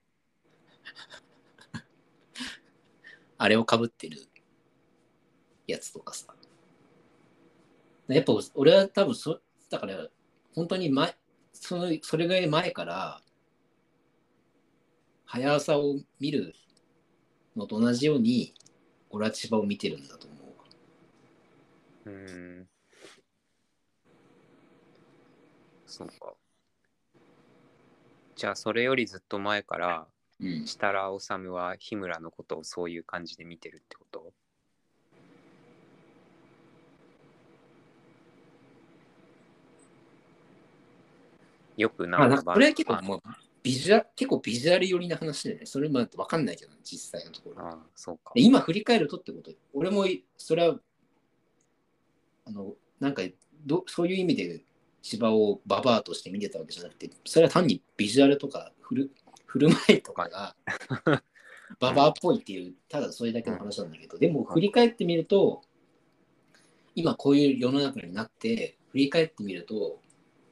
あれをかぶってるやつとかさ。やっぱ俺は多分だから本当にそれぐらい前から早朝を見るのと同じように俺は千葉を見てるんだと思う。 うん。そうか。じゃあそれよりずっと前から、 うん。 設楽治は日村のことをそういう感じで見てるってこと？よくなんかこれは結構もう結構ビジュアル寄りな話でね、それも分かんないけど、ね、実際のところ。 ああ、そうか。 今振り返るとってこと、俺もそれはなんかそういう意味で千葉をババアとして見てたわけじゃなくて、それは単にビジュアルとか振る舞いとまあ、 かがうん。 ババアっぽいっていう、ただそれだけのうん。 話なんだけど、でもうん。 振り返ってみると、今こういう世の中になって、振り返ってみると、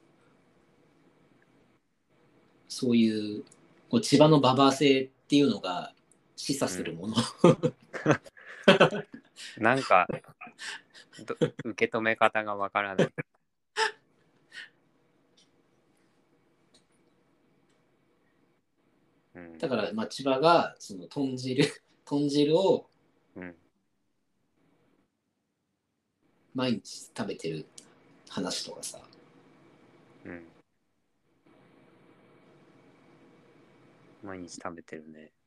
そういう千葉のババア性っていうのが示唆うん、 するもの。 なんか受け止め方がわからない。うん。 だから、まあ、千葉がその豚汁をうん。 毎日食べてる話とかさ、 うん。毎日食べてるね。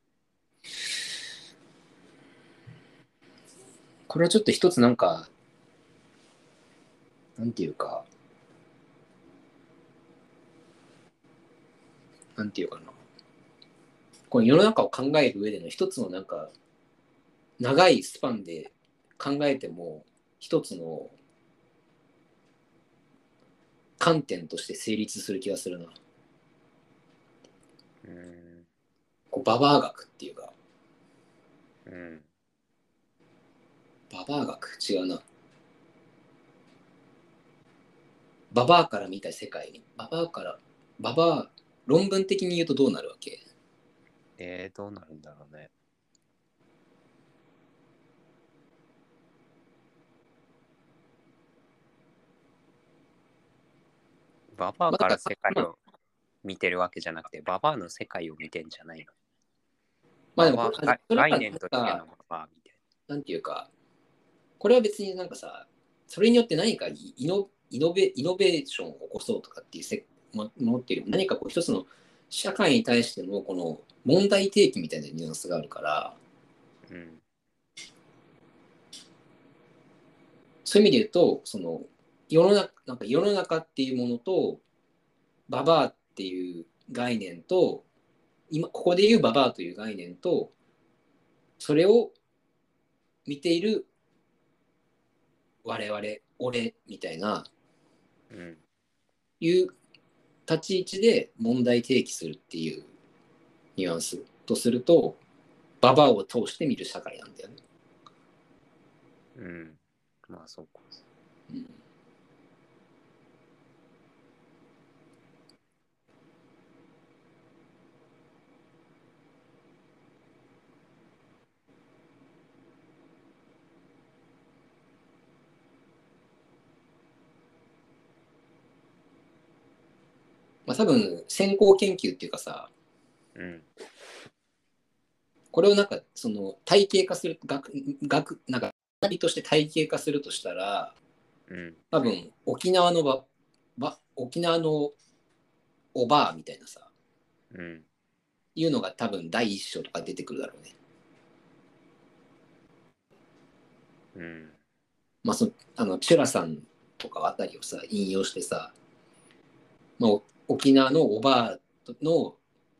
これはちょっと一つなんか、なんていうか、なんていうかな、この世の中を考える上での一つのなんか、長いスパンで考えても、一つの観点として成立する気がするな。 うん。 ババア学っていうか、 うん。 ババア学違うな。ババアから見た世界に、ババア、論文的に言うとどうなるわけ？ どうなるんだろうね。ババアまあ、 からだから、まあ、 世界を見てるわけじゃなくて、ババアの世界を見てんじゃないの？ まあでもこれ、それはなん概念としてのか、 ババアみたいなんていうか、これは別になんかさ、それによって何かイノベーションを起こそうとかっていうものっていうよりも、何かこう一つの社会に対してのこの問題提起みたいなニュアンスがあるから、 な。うん。 そういう意味で言うと、その世の中っていうものと、ババアっていう概念と、今、ここで言うババアという概念と、それを見ている我々、俺みたいな、 うん。 いう立ち位置で問題提起するっていうニュアンスとすると、ババアを通して見る社会なんだよね。 うん。まあそうか。 うん、まあ多分先行研究っていうかさ、 うん。 これをなんかその体系化するなんか学びとして体系化するとしたら、 うん。 多分沖縄のおばあみたいなさ、 うん。 いうのが多分第一章とか出てくるだろうね。 うん。 まあチュラさんとかあたりをさ引用してさ、まあ、沖縄のおばあの、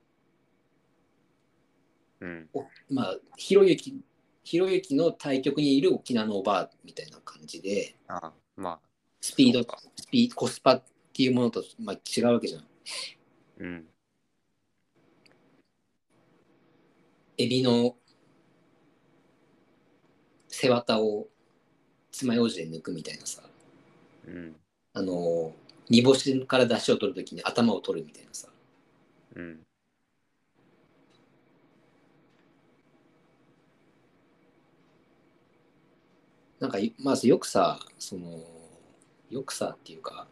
うん。 まあ、ひろゆきの対局にいる沖縄のおばあみたいな感じで、 ああ、まあ、 スピード、 そうか。 コスパっていうものと、まあ、違うわけじゃん。 うん。 エビの背わたを爪楊枝で抜くみたいなさ、 うん。 あの、煮干しから出汁を取るときに頭を取るみたいなさ、 うん。 なんか、まずよくさ、よくさっていうか、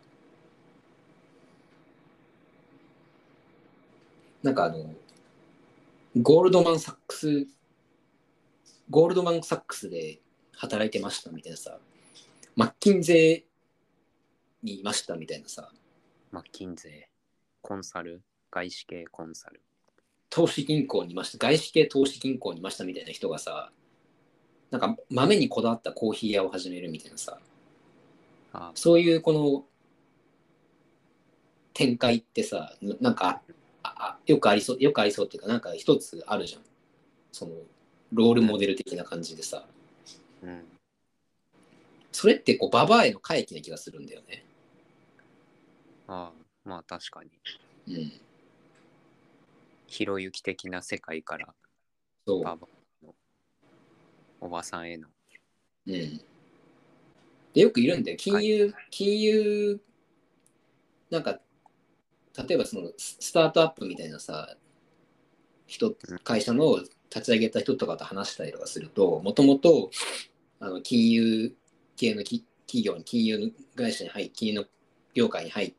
なんかゴールドマン・サックス、ゴールドマン・サックスで働いてましたみたいなさ、マッキンゼーにいましたみたいなさ、 マッキンゼー、コンサル、外資系コンサル。 投資銀行にいました、外資系投資銀行にいましたみたいな人がさ、なんか豆にこだわったコーヒー屋を始めるみたいなさ、 ああ、 そういうこの展開ってさ、なんかよくありそうっていうか、なんか一つあるじゃん。そのロールモデル的な感じでさ、 うん。 それってこうババアへの回帰な気がするんだよね。 ああ、まあ確かに。 うん。 ひろゆき的な世界からそババのおばさんへの。 う。うん。で、よくいるんだよ。 はい。 金融、なんか、例えばそのスタートアップみたいなさ、 うん。 会社の立ち上げた人とかと話したりとかすると、もともと金融系の企業に、金融会社に金融の業界に入って、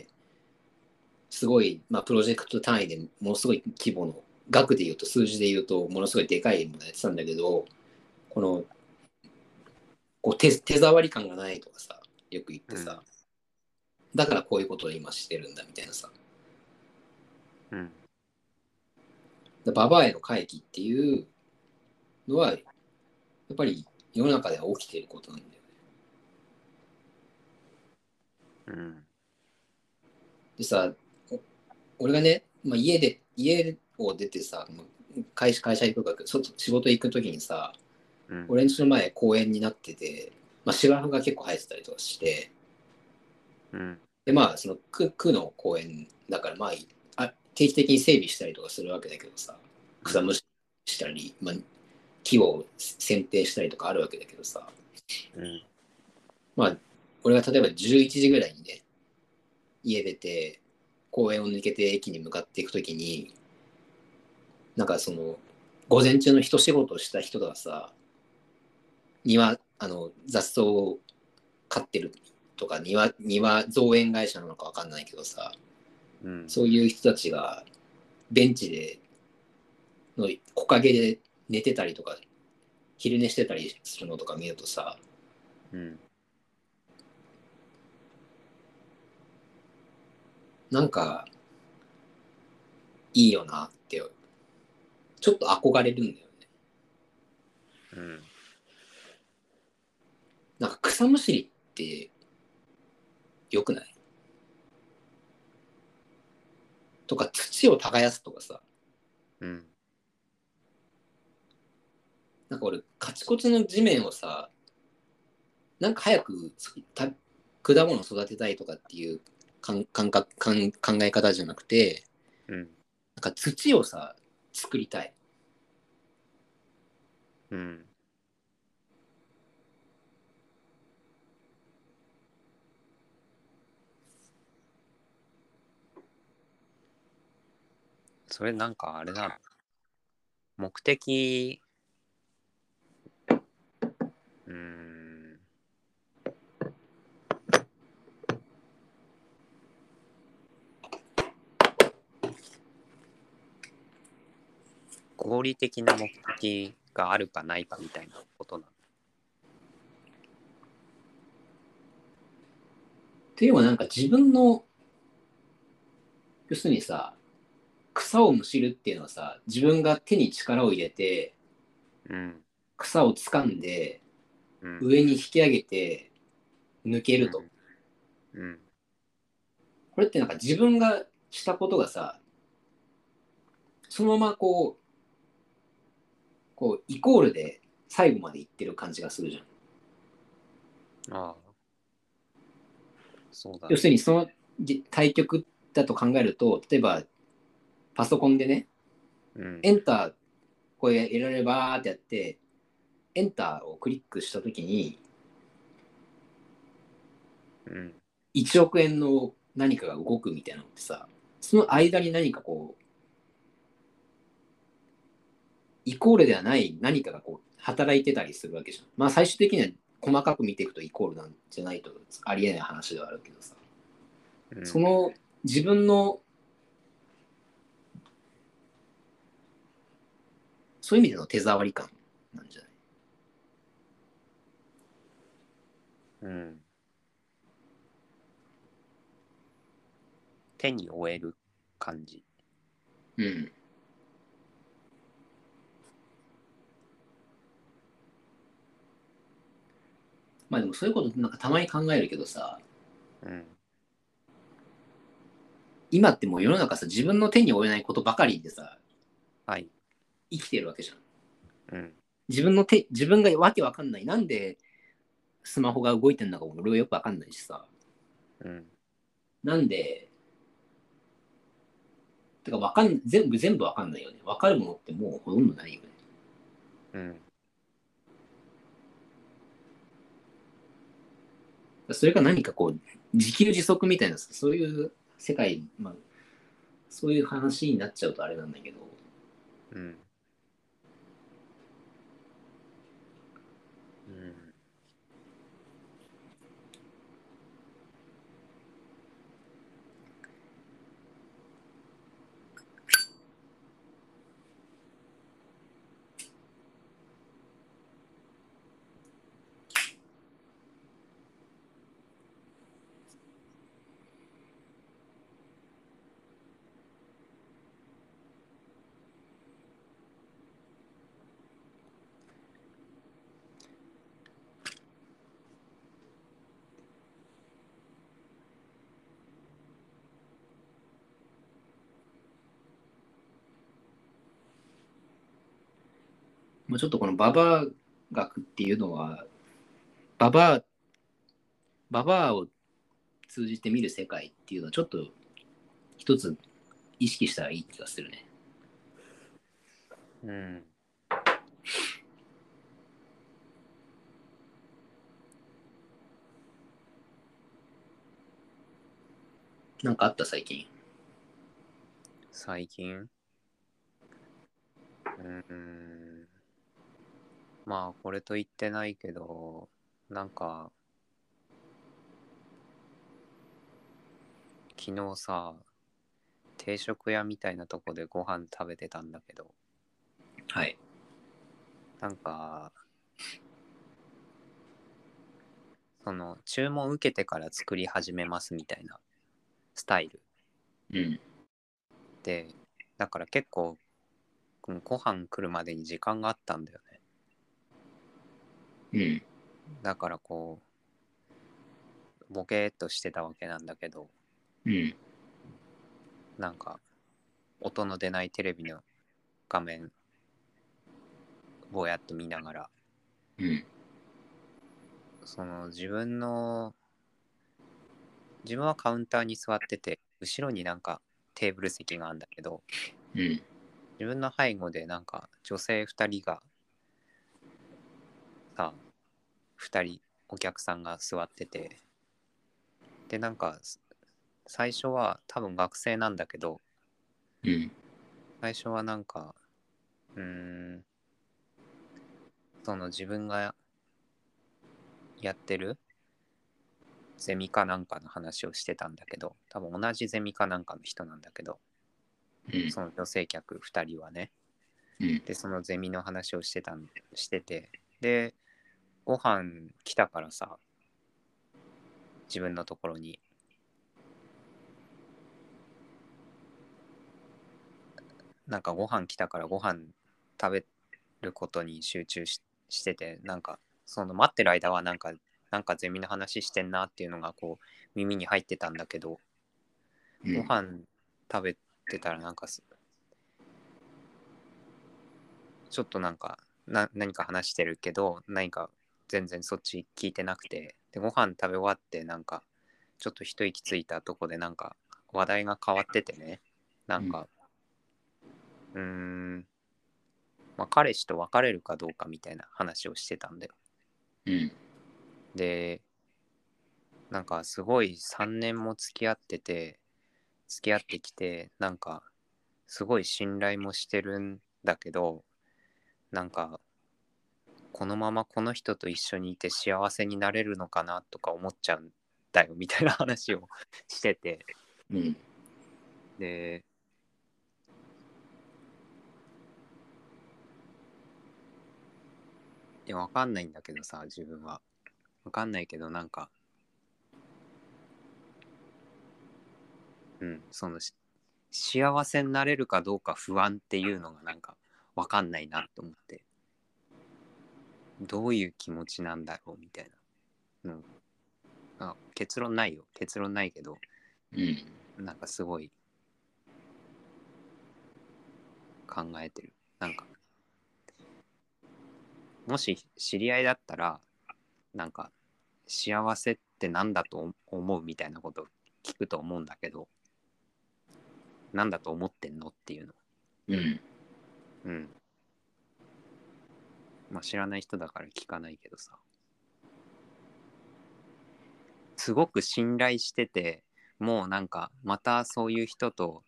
すごい、まあ、プロジェクト単位でものすごい規模の、額で言うと、数字で言うと、ものすごいでかいものやってたんだけど、この、こう手触り感がないとかさ、よく言ってさ、 うん。 だからこういうことを今してるんだみたいなさ、 うん。 ババアへの回帰っていうのは、やっぱり世の中では起きていることなんだよね。 うん。 でさ、俺がね、まあ、家を出てさ、会社行くか、仕事行くときにさ、 うん。 俺ん家の前公園になってて、まあ、芝生が結構生えてたりとかして、 うん。 で、まあ、その区の公園だから、まあ、定期的に整備したりとかするわけだけどさ、 うん。 草むししたり、まあ、木を剪定したりとかあるわけだけどさ、 うん。 まあ、俺が例えば11時ぐらいにね、家出て、公園を抜けて駅に向かっていくときに、なんか午前中の一仕事をした人がさ、雑草を飼ってるとか、造園会社なのかわかんないけどさ、 うん。 そういう人たちがベンチの木陰で寝てたりとか、昼寝してたりするのとか見るとさ、 うん。 なんかいいよなって、ちょっと憧れるんだよね。 うん。 なんか草むしりってよくない？とか土を耕すとかさ、 うん。 なんか俺カチコチの地面をさ、なんか早く果物を育てたいとかっていう考え方じゃなくて、 うん。 なんか土をさ作りたい。 うん。それなんかあれなの？目的、うーん、合理的な目的があるかないかみたいなことなの？ っていうのはなんか自分の、要するにさ、草をむしるっていうのはさ、自分が手に力を入れてうん。 草を掴んでうん。 上に引き上げて抜けると。 うん。うん。 これってなんか自分がしたことがさ、そのままこうイコールで最後までいってる感じがするじゃん。 ああ、そうだ要すね。 るにその対局だと考えると、例えばパソコンでね、 うん。 エンター、これいろいろバーってやって、エンターをクリックしたときに、 うん。 1億円の何かが動くみたいなのってさ、その間に何かこう、イコールではない何かがこう、働いてたりするわけじゃん。まあ最終的には細かく見ていくとイコールなんじゃないとありえない話ではあるけどさ、 うん。 その自分の、そういう意味での手触り感なんじゃない？ うん。手に負える感じ。 うん。まあでもそういうことなんかたまに考えるけどさ、 うん。 今ってもう世の中さ、自分の手に負えないことばかりでさ、 はい。 生きてるわけじゃん。 うん。 自分がわけわかんない。なんでスマホが動いてんのか俺はよくわかんないしさ。 うん。 なんで、てかわかん、全部わかんないよね。わかるものってもうほとんどないよね。 うん。 それが何かこう、自給自足みたいな、そういう世界、まあ、そういう話になっちゃうとあれなんだけど、 うん。うん。 まあ、ちょっとこのババア学っていうのは、ババア、ババアを通じて見る世界っていうのはちょっと一つ意識したらいい気がするね。 うん。 なんかあった最近？ 最近、うん。まあ、これと言ってないけど、なんか、昨日さ、定食屋みたいなとこでご飯食べてたんだけど、 はい。 なんか、その、注文受けてから作り始めますみたいなスタイルうん。 で、だから結構、ご飯来るまでに時間があったんだよね。 うん。 だからこボケーっとしてたわけなんだけど、 うん。 なんか音の出ないテレビの画面ぼやっと見ながら、 うん。 その自分はカウンターに座ってて、後ろになんかテーブル席があるんだけど、 うん。 自分の背後でなんか女性2人がさ、2人お客さんが座ってて、でなんか最初は多分学生なんだけど、 うん。 最初はなんかうーんその自分がやってるゼミかなんかの話をしてたんだけど、多分同じゼミかなんかの人なんだけど、 うん。 その女性客2人はね、 うん。 でそのゼミの話をしてて、でご飯来たからさ、自分のところになんかご飯来たからご飯食べることに集中してて、なんかその待ってる間はなんかゼミの話してんなっていうのがこう耳に入ってたんだけど、 うん。 ご飯食べてたらなんかちょっとなんか何か話してるけど、何か全然そっち聞いてなくて、でご飯食べ終わってなんかちょっと一息ついたとこでなんか話題が変わっててね、なんかうーんまあ彼氏と別れるかどうかみたいな話をしてたんだよ。 うん。 でなんかすごい3年も付き合ってきて、なんかすごい信頼もしてるんだけど、なんかこのままこの人と一緒にいて幸せになれるのかなとか思っちゃうんだよみたいな話をしてて、 うん。 でいやわかんないんだけどさ、自分はわかんないけど、なんかその幸せになれるかどうか不安っていうのがなんかわかんないなって思って、どういう気持ちなんだろうみたいな、結論ないよ、結論ないけど、 うん。 なんかすごい考えてる。なんかもし知り合いだったら、なんか幸せってなんだと思うみたいなことを聞くと思うんだけど、なんだと思ってんのっていうの。 うん。 うん。まあ知らない人だから聞かないけどさ、すごく信頼してて、もうなんかまたそういう人と、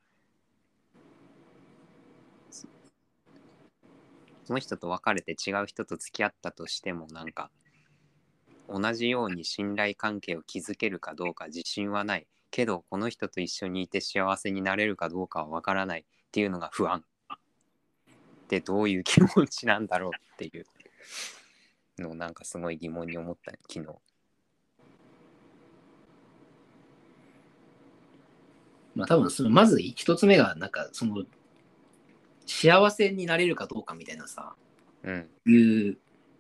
その人と別れて違う人と付き合ったとしても、なんか同じように信頼関係を築けるかどうか自信はないけど、この人と一緒にいて幸せになれるかどうかは分からないっていうのが不安ってどういう気持ちなんだろうっていうのをなんかすごい疑問に思った昨日。 まあ多分まず一つ目が、なんか幸せになれるかどうかみたいなさ、 うん。 いう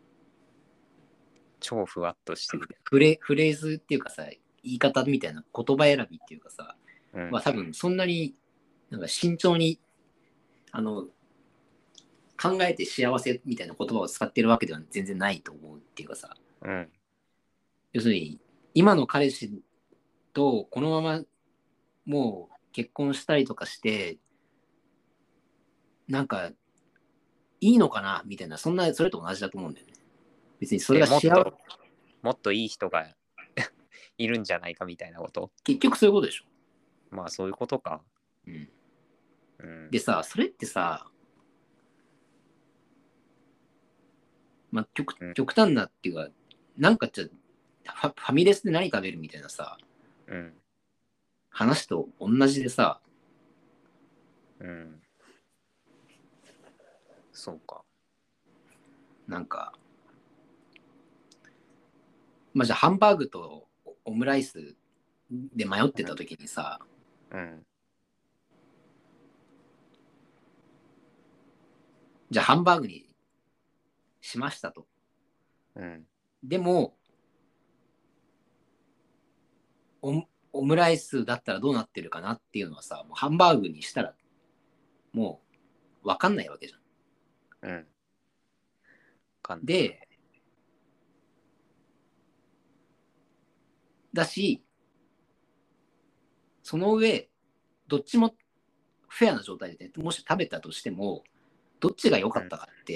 超ふわっとしてるね。 フレーズっていうかさ、言い方みたいな言葉選びっていうかさ、 うん。 まあ多分そんなになんか慎重にあの考えて幸せみたいな言葉を使ってるわけでは全然ないと思うっていうかさ、 うん。 要するに今の彼氏とこのままもう結婚したりとかして、なんかいいのかなみたいな、それと同じだと思うんだよね。別にそれが幸せ、 もっといい人がいるんじゃないかみたいなこと。 結局そういうことでしょ。 まあそういうことか。 うん、 うん。 でさ、それってさ、まあ、 うん。 極端なっていうか、なんかファミレスで何食べるみたいなさ、 うん。 話と同じでさ、 うん。そうか。 なんか、まあ、じゃあハンバーグとオムライスで迷ってた時にさ、 うん。 じゃあハンバーグにしましたと。 うん。 でも、 オムライスだったらどうなってるかなっていうのはさ、もうハンバーグにしたらもう分かんないわけじゃん。 うん。 で、だし、その上、どっちもフェアな状態で、ね、もし食べたとしても、どっちが良かったかって、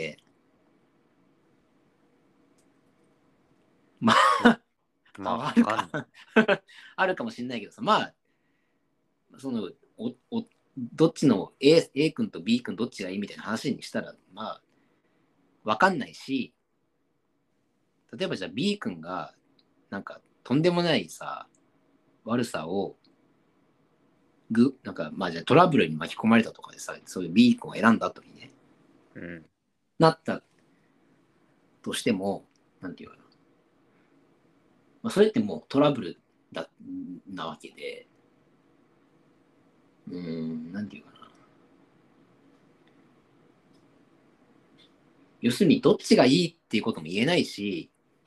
まあ、 まあ、 あるわかんかあるかもしれないけどさ、まあ、そのどっちの A 君と B 君どっちがいいみたいな話にしたら、まあ、わかんないし、例えばじゃあ B 君が、なんか、とんでもないさ、悪さを、なんか、まあじゃあトラブルに巻き込まれたとかでさ、そういう B 君を選んだ後にね、 うん。 なったとしても、なんていうかな。まあ、それってもうトラブルなわけで、なんていうかな。要するに、どっちがいいっていうことも言えないし、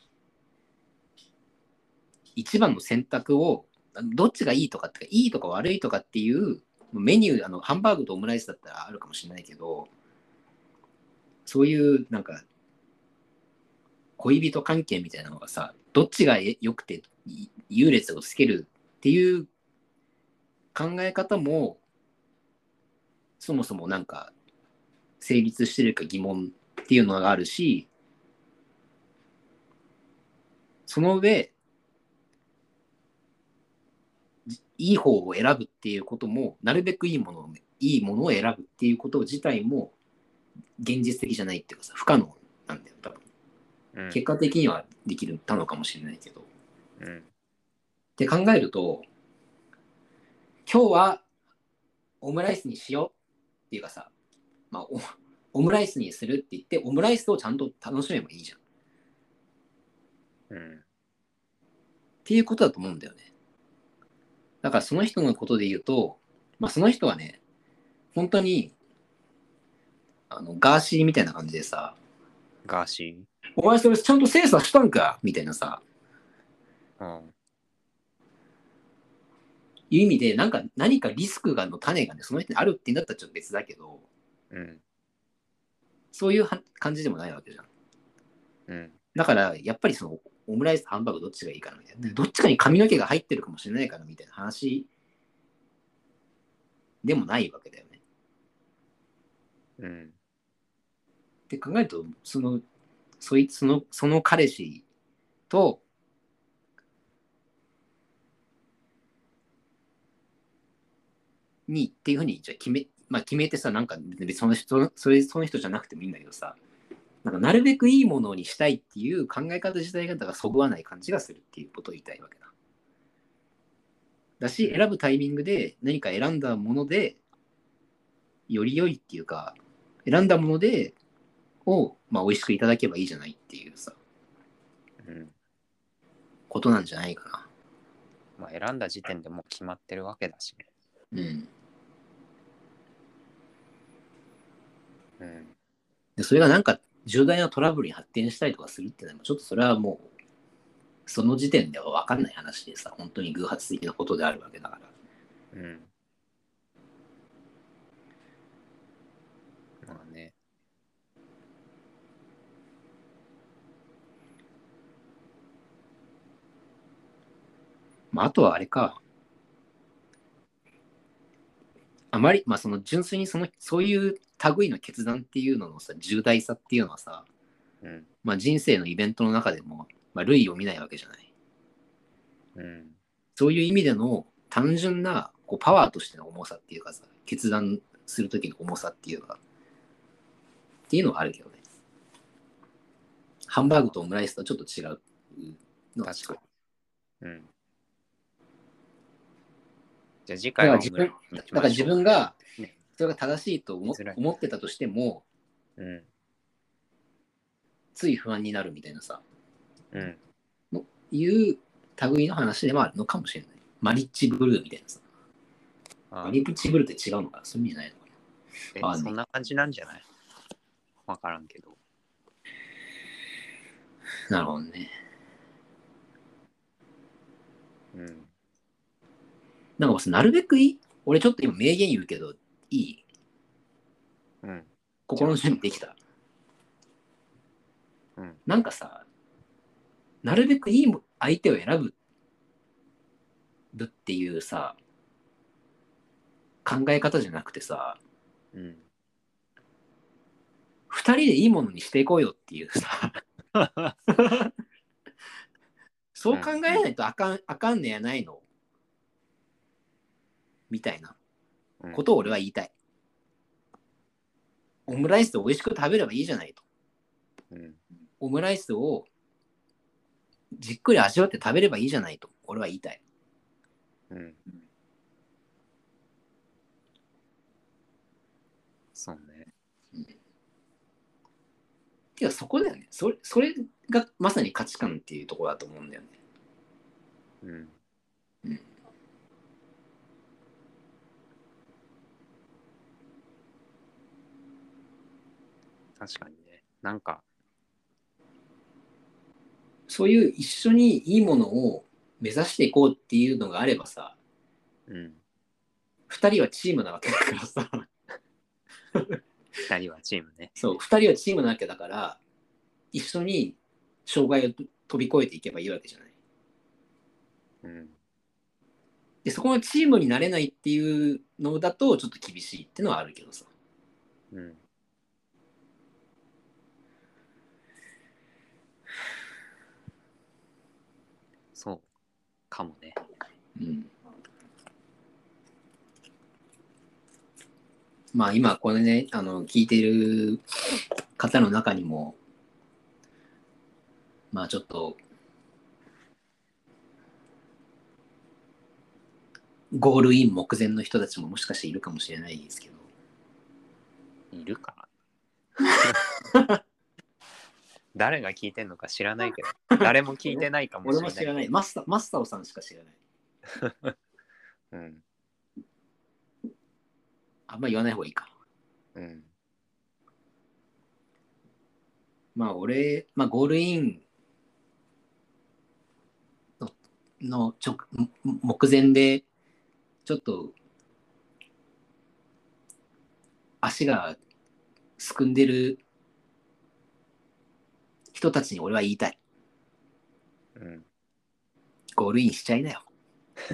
一番の選択を、どっちがいいとかってか、いいとか悪いとかっていうメニュー、ハンバーグとオムライスだったらあるかもしれないけど、そういうなんか恋人関係みたいなのがさ、どっちが良くて優劣をつけるっていう考え方も、そもそもなんか成立してるか疑問っていうのがあるし、その上、いい方を選ぶっていうことも、なるべくいいものを選ぶっていうこと自体も現実的じゃないっていうかさ、不可能なんだよ、多分。 うん。 結果的にはできたのかもしれないけど。っうん。 て考えると、今日はオムライスにしようっていうかさ、まあ、オムライスにするって言って、オムライスをちゃんと楽しめばいいじゃん。っうん。 ていうことだと思うんだよね。だからその人のことで言うと、まあ、その人はね、本当に、ガーシーみたいな感じでさ、 ガーシお前それちゃんと精査したんかみたいなさ、 ー。うん。 いう意味で、なんか何かリスクの種がね、その人にあるって言うんだったらちょっと別だけど、 うん。 そういう感じでもないわけじゃん。 うん。 だから、やっぱりその、オムライスとハンバーグどっちがいいかなみたいな。どっちかに髪の毛が入ってるかもしれないからみたいな話でもないわけだよね。 うん。 って考えると、その彼氏と、っていうふうに、じゃ決めてさ、なんか別にその人じゃなくてもいいんだけどさ、なんかなるべくいいものにしたいっていう考え方自体がそぐわない感じがするっていうことを言いたいわけだ。だし、 うん。 選ぶタイミングで何か選んだもので、より良いっていうか、選んだもので、まあ、美味しくいただけばいいじゃないっていうさ、 うん。 ことなんじゃないかまあ、選んだ時点でもう決まってるわけだしね。 な。うん。 うん。 で、それがなんか重大なトラブルに発展したりとかするっていうのは、ちょっとそれはもう、その時点では分かんない話でさ、本当に偶発的なことであるわけだから。 うん。まあね。 まあ、あとはあれか、あまり、まあ、その純粋にそういう類の決断っていうののさ、重大さっていうのはさ、 うん。 まあ、人生のイベントの中でも、まあ、類を見ないわけじゃない。 うん。 そういう意味での単純なパワーとしての重さっていうかさ、決断するときの重さっていうか、っていうのはあるけどね。ハンバーグとオムライスとはちょっと違うのは確かに。うん。じゃあ次だか回はオら自分、 ムライスにしだから自ましょ分がう。ね。 それが正しいと言いづらい。 思ってたとしても、 うん。 つい不安になるみたいなさ、 うん。 いう類の話でもあるのかもしれない。マリッジブルーみたいなさ。マあリッジブルーって違うのかな、そういう意味じゃないのかな。 そんな感じなんじゃない？わからんけど。 なるほどね。 うん。 なんかなるべくいい、俺ちょっと今名言言うけど、いい？ うん。 心の準備できた？ うん。 なんかさ、なるべくいい相手を選ぶっていうさ、考え方じゃなくてさ、 うん。 二人でいいものにしていこうよっていうさ、そう考えないとあかんねやないのみたいなうん。 ことを俺は言いたい。オムライスを美味しく食べればいいじゃないと。 うん。 オムライスをじっくり味わって食べればいいじゃないと。俺は言いたい。 うん。そうね。 てかそこだよね。それがまさに価値観っていうところだと思うんだよね。 うん。 うん、 確かにね。なんか、 そういう一緒にいいものを目指していこうっていうのがあればさ、 うん。 二人はチームなわけだからさ、 二人はチームね。 そう、二人はチームなわけだから、一緒に障害を飛び越えていけばいいわけじゃない。 うん。 で、そこのチームになれないっていうのだとちょっと厳しいっていうのはあるけどさ。 うん。そうかもね。 うん。まあ今これね、聞いてる方の中にも、まあちょっとゴールイン目前の人たちももしかしているかもしれないですけど。 いるか誰が聞いてんのか知らないけど、誰も聞いてないかもしれない。 俺も知らない。マスタオさんしか知らない。 うん。 あんま言わない方がいいか。 うん。 まあ俺、まあゴールインの目前で、ちょっと足がすくんでる人たちに俺は言いたい。 うん。 ゴールインしちゃいなよって。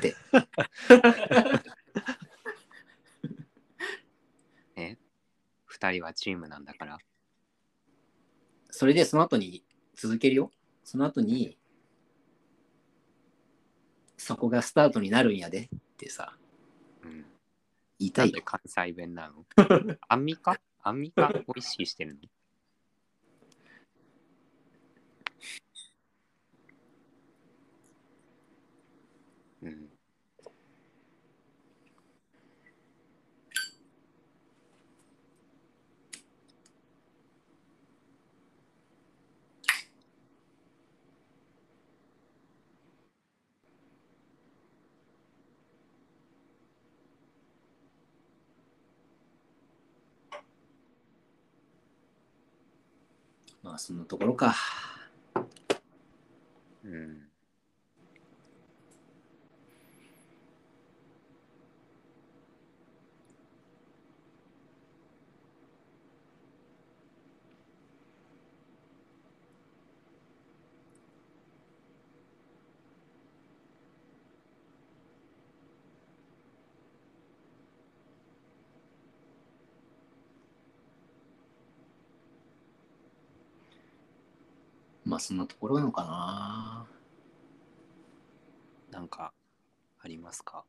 二人はチームなんだから。 それでその後に続けるよ。その後に、そこがスタートになるんやでってさ、 うん。 言いたよ。 ないんで関西弁なの？アンミカを意識してるの？うん。 まあそんなところか。 うん。 まあそんなところなのかな。 なんかありますか？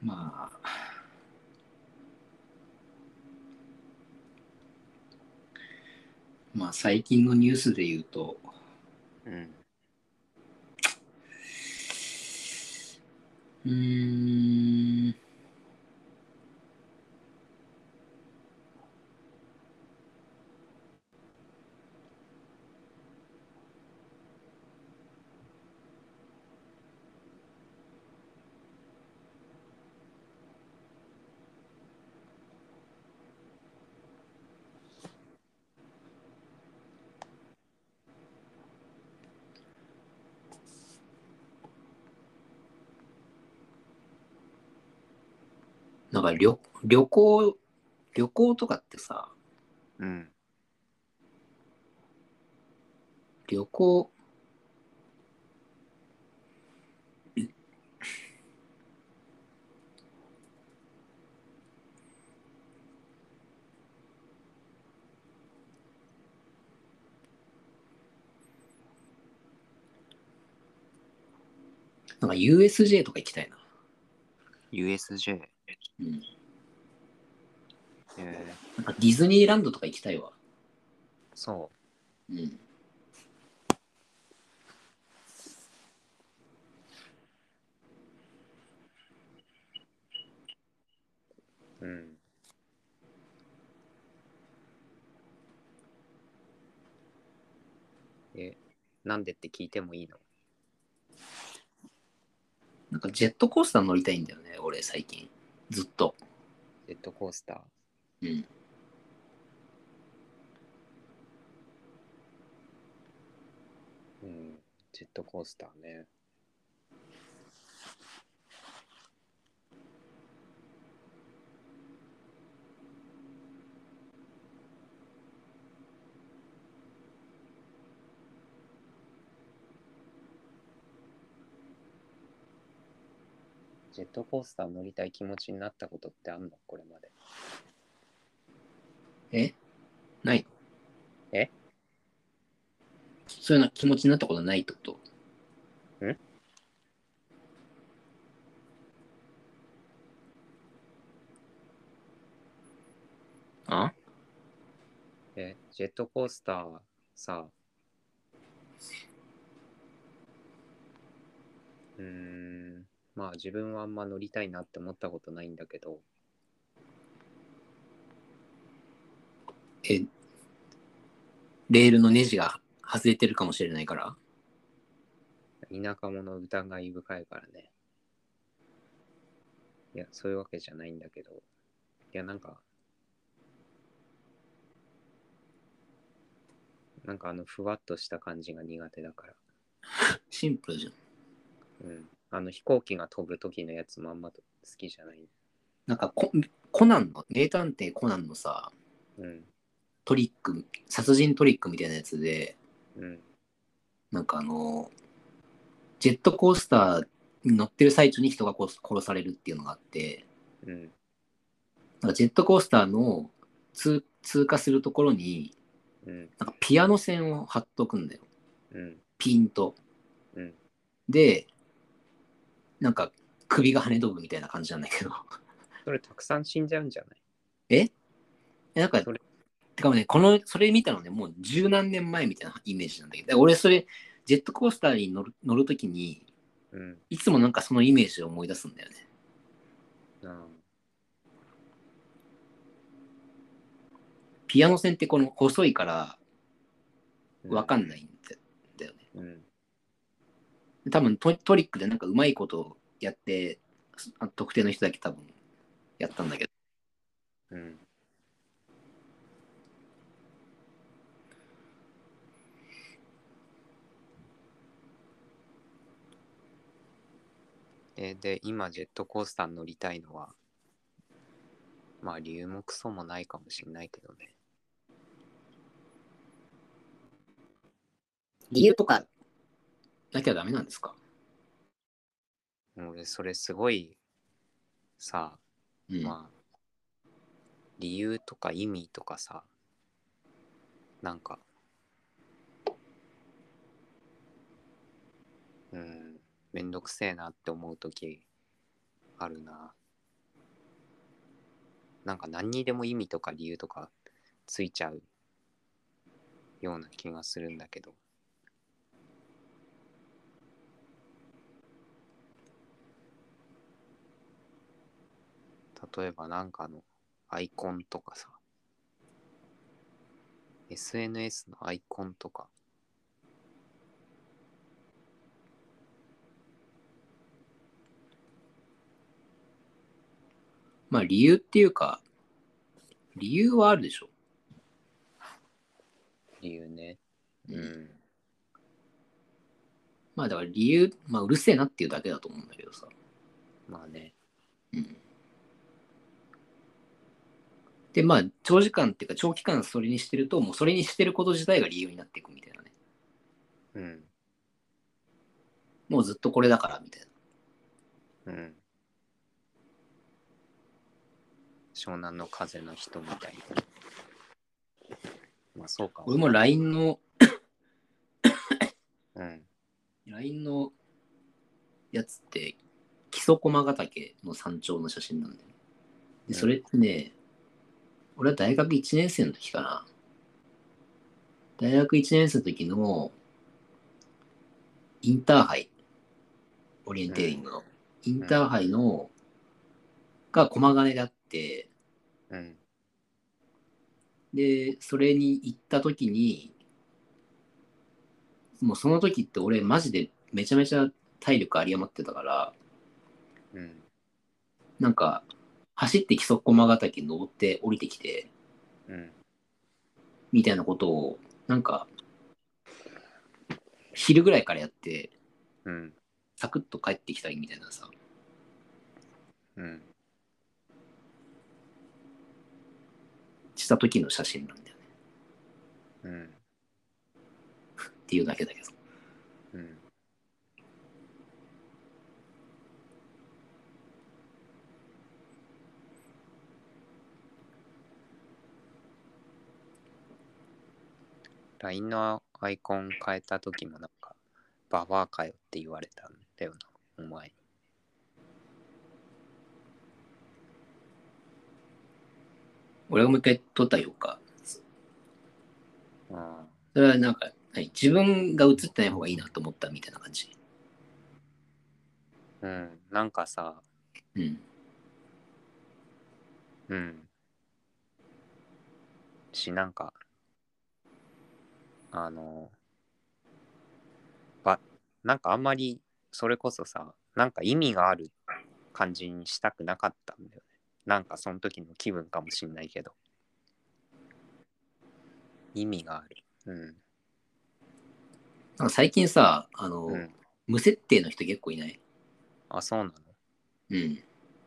まあ、まあ最近のニュースで言うと、 うん。 うーん、なんか旅行とかってさ、 うん。 旅行、なんか USJ とか行きたいな。 USJ。 うん。 えなんかディズニーランドとか行きたいわ。 そうん。 う。うん。え、なんでって聞いてもいいの？ なんかジェットコースター乗りたいんだよね、俺最近。ずっと。 ジェットコースター。 うん。 うん。ジェットコースターね。ジェットコースター乗りたい気持ちになったことってあんのこれまで？ えないの？ えそういうような気持ちになったことないってこと？ んあジェットコースターさ、うーん、まあ自分はあんま乗りたいなって思ったことないんだけど、 え、レールのネジが外れてるかもしれないから。 田舎者疑い深いからね。いや、そういうわけじゃないんだけど、いや、なんかふわっとした感じが苦手だから。 シンプルじゃん。 うん。飛行機が飛ぶ時のやつもあんま好きじゃない。 なんかコナンの、名探偵コナンのさ、 うん。 トリック、殺人トリックみたいなやつで、 うん。 なんかジェットコースターに乗ってる最中に人が殺されるっていうのがあって、 うん。 なんかジェットコースターの通過するところに、 うん。 なんかピアノ線を貼っとくんだよ。 うん。 ピンと。 うん。 で、なんか首が跳ね飛ぶみたいな感じなんだけど。 それたくさん死んじゃうんじゃない？ えなんか、 それ、 てかもね、それ見たのね、もう十何年前みたいなイメージなんだけど、俺ジェットコースターに乗るときに、 うん。 いつもなんかそのイメージを思い出すんだよね。 ああ。 ピアノ線ってこの細いからうん。 わかんないんだよね。 うん。 多分トリックでなんかうまいことをやって、特定の人だけ多分やったんだけど。 うん。で、今、ジェットコースター乗りたいのは、まあ、理由もクソもないかもしんないけどね。 理由とかなきゃダメなんですか？ 俺、それすごい、さ、 うん。 まあ、理由とか意味とかさ、なんか、うん、めんどくせえなって思うときあるな。 なんか何にでも意味とか理由とかついちゃうような気がするんだけど。例えばなんかのアイコンとかさ、SNS のアイコンとか。 まあ理由っていうか、理由はあるでしょ。 理由ね。 うんうん。 まあだから理由、まあうるせえなっていうだけだと思うんだけどさ。 まあね。 うん。で、まあ長時間っていうか長期間それにしてると、もうそれにしてること自体が理由になっていくみたいなね。 うん。 もうずっとこれだからみたいな。 うん。湘南の風の人みたいな。まあそうかも。 俺も LINE の、 うん。 LINE のやつって、木曽駒ヶ岳の山頂の写真なんだよね。で、それってね、俺は大学1年生の時かな。大学1年生の時のインターハイ、オリエンテーリングの、インターハイの、が駒ヶ根であって、 うん。 で、それに行った時に、もうその時って俺マジでめちゃめちゃ体力有り余ってたから、 うん。 なんか、走って木曽駒ヶ岳登って降りてきて、 うん。 みたいなことを、なんか、昼ぐらいからやって、 うん。 サクッと帰ってきたりみたいなさ、 うん。 した時の写真なんだよね。 うん。 っていうだけだけど。 うん。LINE のアイコン変えた時もなんか、ババアかよって言われたんだよな、お前に。 俺がもう一回撮ったよか。 あそれはなんか、自分が映ってない方がいいなと思ったみたいな感じ。 あ。うん。なんかさ、 うん。 うん。なんか、あの、ば、なんかあんまり、それこそさ、なんか意味がある感じにしたくなかったんだよね。なんかその時の気分かもしんないけど。意味がある。うん。 なんか最近さ、 うん。 無設定の人結構いない？ あ、そうなの？ うん。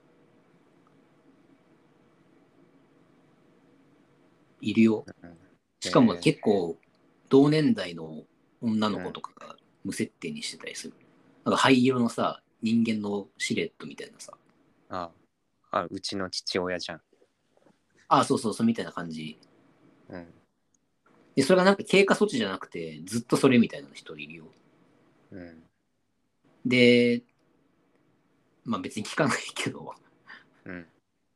いるよ。 うん。 しかも結構、同年代の女の子うん。 とかが無設定にしてたりする。なんか灰色のさ、人間のシルエットみたいなさ。 ああ、うちの父親じゃん。 あ、そうそうそう、みたいな感じ。 うん。 で、それがなんか経過措置じゃなくて、ずっとそれみたいな人いるよ。 うん。 で、まあ別に聞かないけど、 うん。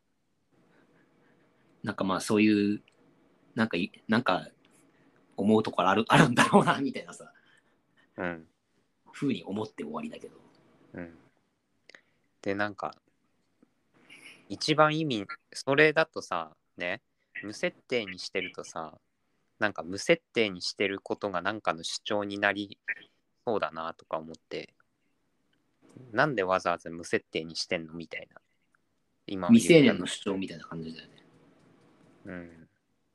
なんかまあそういう、なんか思うところあるんだろうな、みたいなさ、 うん。 ふうに思って終わりだけど。 うん。で、なんか、一番意味、それだとさ、ね、無設定にしてるとさ、なんか無設定にしてることがなんかの主張になりそうだなとか思って、なんでわざわざ無設定にしてんのみたいな。今未成言った。 年の主張みたいな感じだよね。 うん。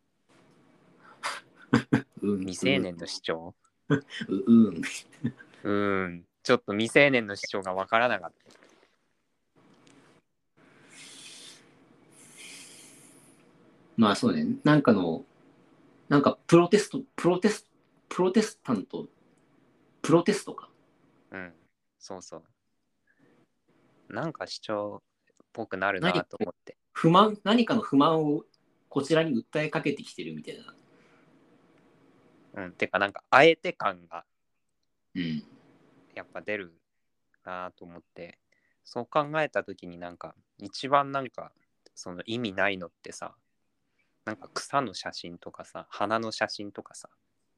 うん、 未成うん、 年の主張。 うん。 ちょっと未成年の主張がわからなかった。 まあそうね、なんかプロテスタント、プロテストか。 うん。そうそう。なんか主張っぽくなるな何かと思って。 何かの不満をこちらに訴えかけてきてるみたいな。 うん。てかなんか、あえて感がうん。 やっぱ出るなと思って、そう考えた時になんか、一番なんかその意味ないのってさ、なんか草の写真とかさ、花の写真とかさ、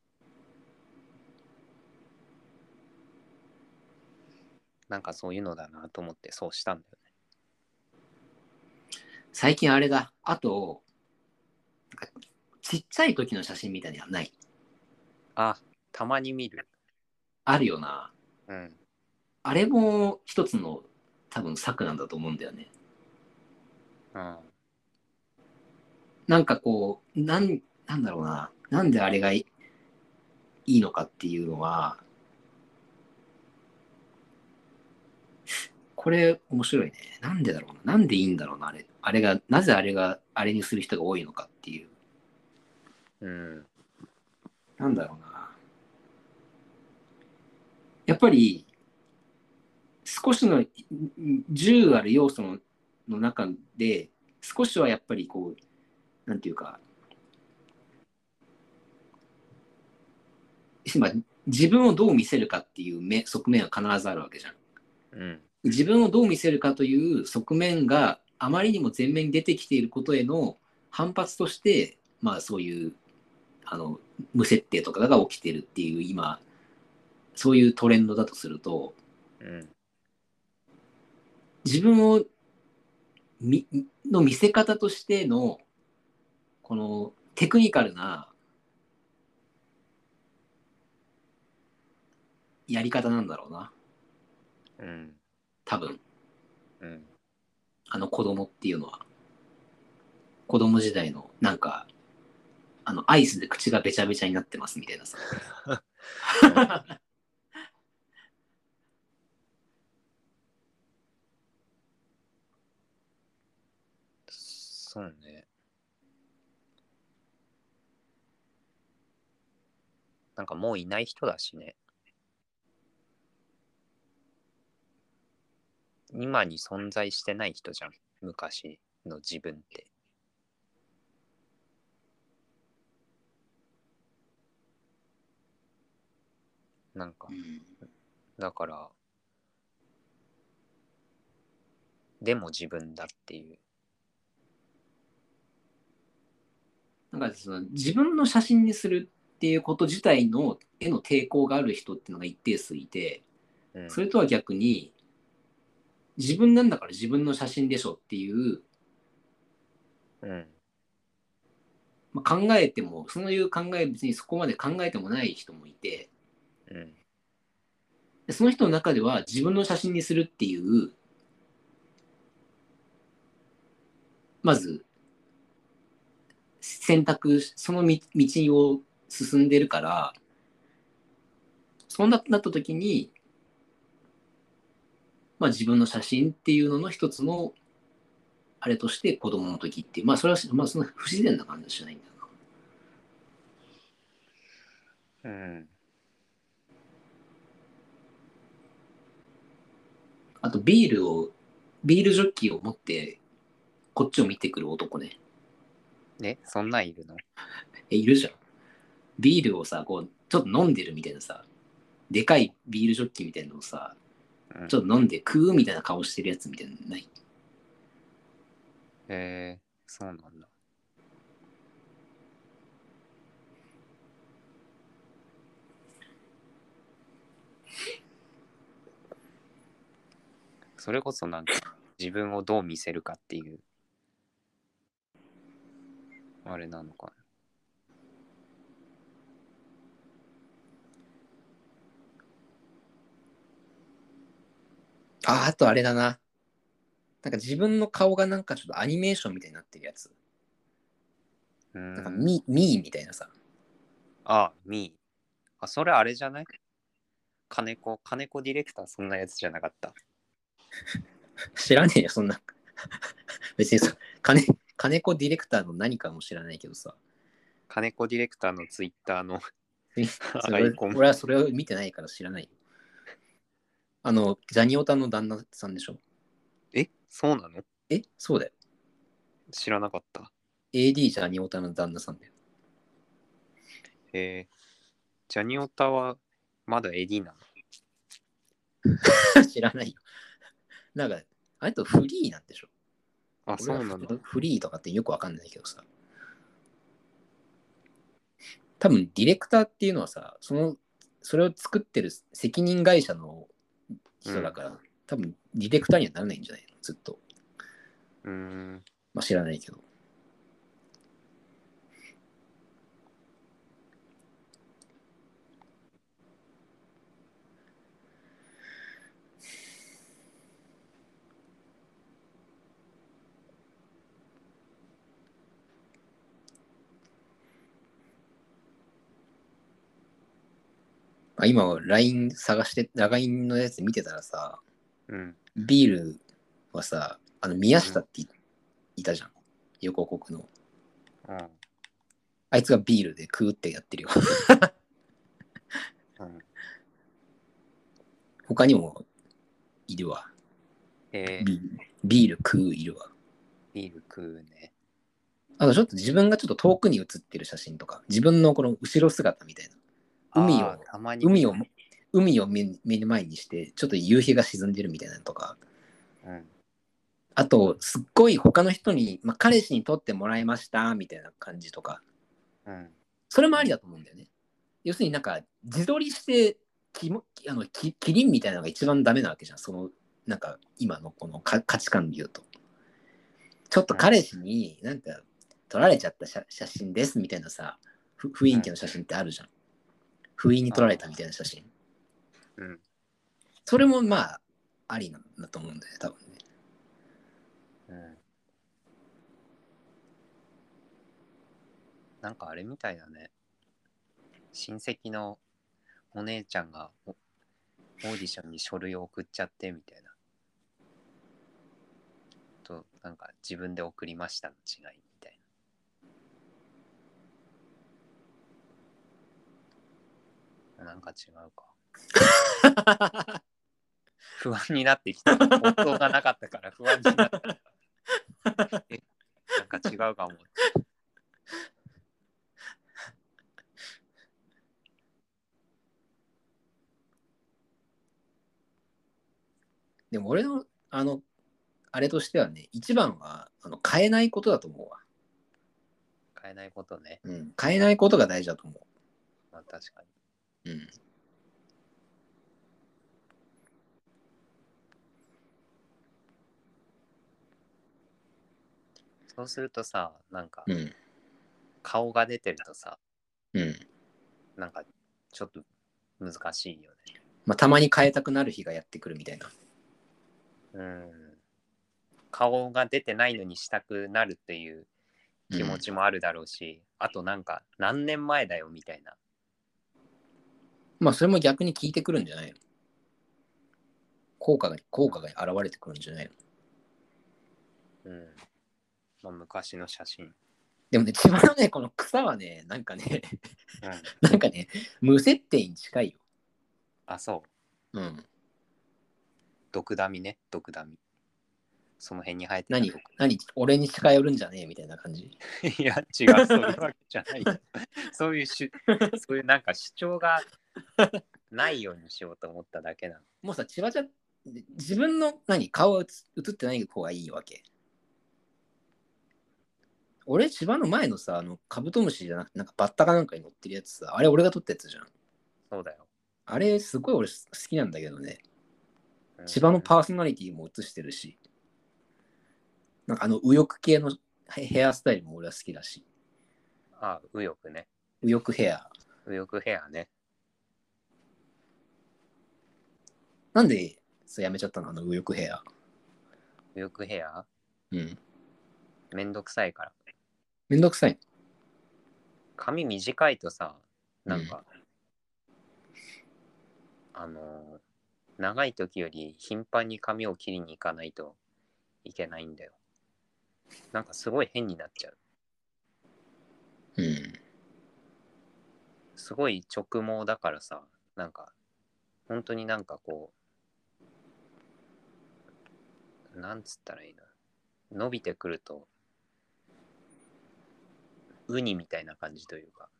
なんかそういうのだなと思ってそうしたんだよね。 最近あれだ。あと、なんかちっちゃい時の写真みたいにはない。 あ、たまに見る。 あるよな。 うん。 あれも一つの多分策なんだと思うんだよね。 うん。 なんかこう、なんだろうな。なんであれがいいのかっていうのは、これ面白いね。なんでだろうな。なんでいいんだろうな、あれ。あれが、なぜあれが、あれにする人が多いのかっていう。 うん。 なんだろうな。やっぱり、少しの10ある要素の中で、少しはやっぱりこう、なんていうか、まあ、自分をどう見せるかっていう側面は必ずあるわけじゃん。 うん。 自分をどう見せるかという側面があまりにも前面に出てきていることへの反発として、まあそういうあの無設定とかが起きてるっていう今、そういうトレンドだとすると、 うん。 自分をの見せ方としてのこのテクニカルなやり方なんだろうな。 うん。 多分、 うん。 あの子供っていうのは。子供時代のなんか、アイスで口がべちゃべちゃになってますみたいなさ。 うんそうね。なんかもういない人だしね。今に存在してない人じゃん。昔の自分って。なんか、 うん、 だから、でも自分だっていう。 なんかその自分の写真にするっていうこと自体のへの抵抗がある人っていうのが一定数いて、 うん。 それとは逆に自分なんだから自分の写真でしょっていう、 うん。 まあ、考えてもそういう考え別にそこまで考えてもない人もいて、 うん。 でその人の中では自分の写真にするっていうまず選択その道を進んでるから、そうなった時に、まあ、自分の写真っていうのの一つのあれとして子供の時っていう、まあそれは、まあ、そんな不自然な感じはしないんだよな。 うん。 あとビールジョッキを持ってこっちを見てくる男ね。 そんなんいるの？ いるじゃん。ビールをさ、こう、ちょっと飲んでるみたいなさ、でかいビールジョッキみたいなのをさ、 うん。 ちょっと飲んで食うみたいな顔してるやつみたいなのない？ そうなんだ。それこそなんか自分をどう見せるかっていう、あれなのかあとあれだな。なんか自分の顔がなんかちょっとアニメーションみたいになってるやつ。 な。 なんかミーみたいなさ。 ミー。それあれじゃない？金子ディレクターそんなやつじゃなかった？ 知らねえよ、そんな。別にさ、金子ディレクターの何かも知らないけどさ。 金子ディレクターのツイッターのそれアイコン。 俺はそれを見てないから知らないよ。ジャニオタの旦那さんでしょ？ そうなの？ そうだよ。 知らなかった。 AD ジャニオタの旦那さんだよ。 ジャニオタはまだエディなの？ 知らないよ。なんか、あれとフリーなんでしょ？ あ、 俺はそうなんだ。 フリーとかってよくわかんないけどさ。多分ディレクターっていうのはさ、それを作ってる責任会社の人だから、多分ディレクターにはならないんじゃないのずっと。まあ知らないけど。今、LINE のやつ見てたらさ、ビールはさ、宮下っていたじゃん。横国の。あいつがビールで食うってやってるよ。他にもいるわ。ビール食ういるわ。 ビール食うね。 あとちょっと自分がちょっと遠くに写ってる写真とか、自分のこの後ろ姿みたいな。海を目の前にして、ちょっと夕日が沈んでるみたいなのとか。あと、すっごい他の人に、彼氏に撮ってもらいましたみたいな感じとか。それもありだと思うんだよね。要するになんか自撮りしてキリンみたいなのが一番ダメなわけじゃん。なんか今のこの価値観で言うと。ちょっと彼氏になんか撮られちゃった写真ですみたいなさ、雰囲気の写真ってあるじゃん。不意に撮られたみたいな写真。それもありなんだと思うんだよね、多分ね。 なんかあれみたいだね。親戚のお姉ちゃんがオーディションに書類を送っちゃってみたいな。と、なんか自分で送りましたの違いみたいな。なんか違うか。不安になってきた。夫がなかったから不安になった。なんか違うかも。 でも俺のあれとしてはね、一番は変えないことだと思うわ。 変えないことね。 変えないことが大事だと思う。 まあ確かに。 そうするとさ、なんか、顔が出てるとさ、なんかちょっと難しいよね。 たまに変えたくなる日がやってくるみたいな。 顔が出てないのにしたくなるっていう気持ちもあるだろうし、あとなんか何年前だよみたいな。 それも逆に効いてくるんじゃないの？効果が現れてくるんじゃないの？昔の写真。 でもね、千葉のね、この草はね、なんかね、なんかね、無接点に近いよ。 あ、そう。毒ダミね、毒ダミ。その辺に生えてた。 何俺に近寄るんじゃねえみたいな感じ。 いや、違う、そういうわけじゃない。そういうなんか主張がないようにしようと思っただけなの。 もうさ、千葉ちゃん、自分の顔は映ってない方がいいわけ。俺、千葉の前のさ、カブトムシじゃなくて、なんかバッタかなんかに乗ってるやつさ、あれ俺が撮ったやつじゃん。 そうだよ。 あれ、すごい俺好きなんだけどね。千葉のパーソナリティも映してるし、なんか右翼系のヘアスタイルも俺は好きだし。 あ、右翼ね。 右翼ヘア。 右翼ヘアね。 なんでやめちゃったの右翼ヘア。 右翼ヘア？めんどくさいから。 めんどくさい。 髪短いとさ、なんか、長い時より頻繁に髪を切りに行かないといけないんだよ。なんかすごい変になっちゃう。すごい直毛だからさ、なんか、本当になんかこう、なんつったらいいな。伸びてくると、ウニみたいな感じというか。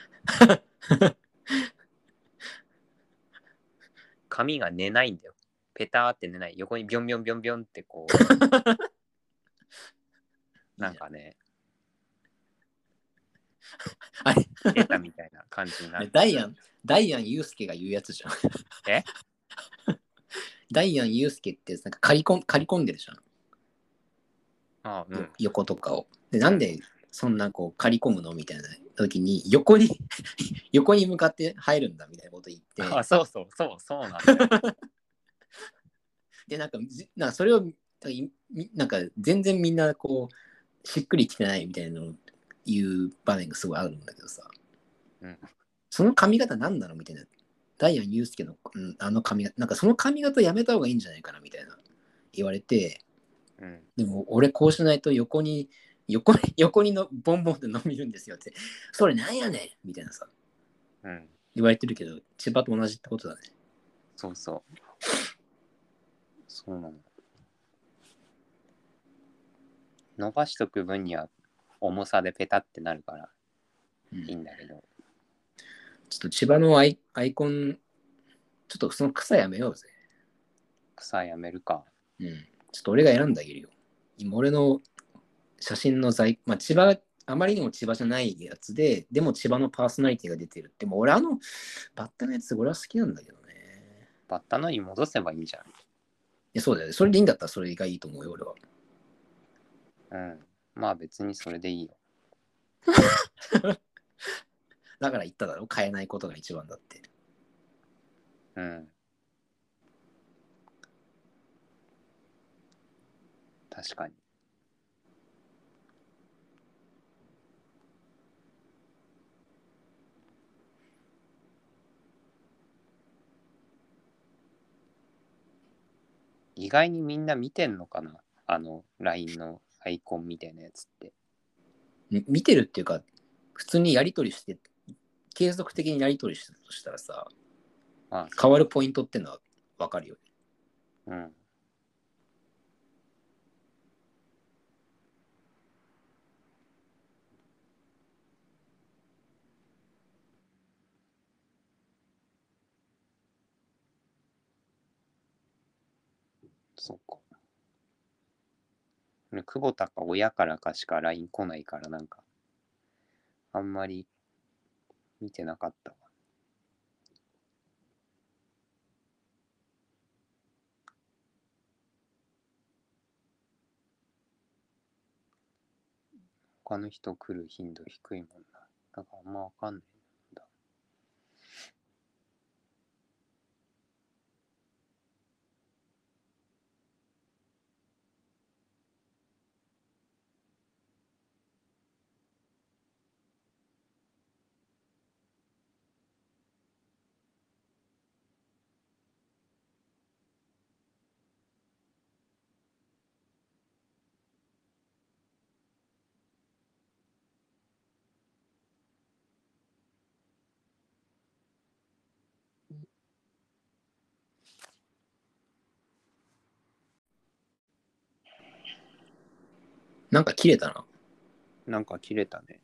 髪が寝ないんだよ。 ペターってねない横にビョンビョンビョンビョンってこうなんかねあれ出たみたいな感じになる。 ダイアンユースケが言うやつじゃん。 えダイアンユースケってなんか刈り込んでるじゃん。 あうん。 横とかを。で、なんでそんなこう刈り込むのみたいな時に横に向かって入るんだみたいなこと言って。 あ、そうなんだよ。 で、なんかそれをなんか全然みんなこうしっくりきてないみたいなのを言う場面がすごいあるんだけどさ。 うん。 その髪型何なのみたいな。ダイアンユースケの、あの髪型、なんかその髪型やめた方がいいんじゃないかなみたいな言われて、 うん。 でも俺こうしないと横にのボンボンって伸びるんですよって、それなんやねんみたいなさ、 うん。 言われてるけど、千葉と同じってことだね。 そうそう。そうなの。伸ばしとく分には重さでペタってなるからいいんだけど。 ちょっと千葉のアイコン、ちょっとその草やめようぜ。 草やめるか。 うん。ちょっと俺が選んであげるよ。今俺の写真のまあ、千葉、あまりにも千葉じゃないやつで、でも千葉のパーソナリティが出てる。でも俺バッタのやつ俺は好きなんだけどね。 バッタのに戻せばいいんじゃん。 そうだよね。それでいいんだったらそれがいいと思うよ、俺は。 うん。まあ別にそれでいいよ。 だから言っただろ。変えないことが一番だって。 うん。確かに。意外にみんな見てんのかな、あの LINE のアイコンみたいなやつって。 見てるっていうか、普通にやり取りして、継続的にやり取りしてたとしたらさ、 ああ、 変わるポイントってのは分かるよね。 うん。そうか。久保田か親からかしか LINE 来ないからなんか、あんまり見てなかったわ。他の人来る頻度低いもんな。だからあんまわかんないんだ。 なんか切れたな。 なんか切れたね。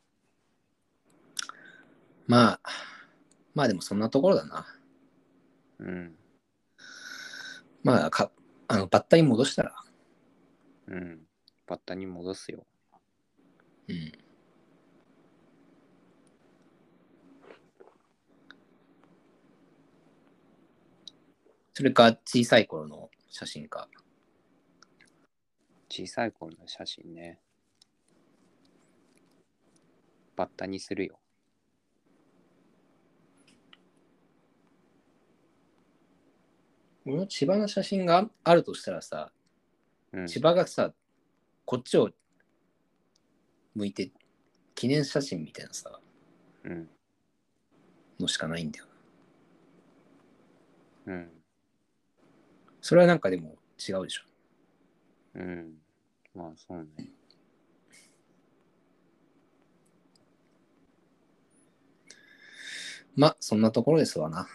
まあ、まあでもそんなところだな。 うん。 まあ、バッタに戻したら。 うん。バッタに戻すよ。 うん。それか、小さい頃の写真か。 小さい頃の写真ね。バッタにするよ。 俺の千葉の写真があるとしたらさ、 うん。 千葉がさ、こっちを向いて記念写真みたいなさ、 うん。 のしかないんだよ。 うん。 それはなんかでも違うでしょ。 うん。まあそうね。 まあ、そんなところですわな。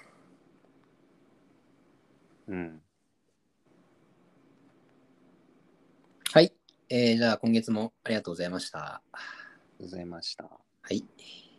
うん。 はい。じゃあ今月もありがとうございました。 ございました。 はい。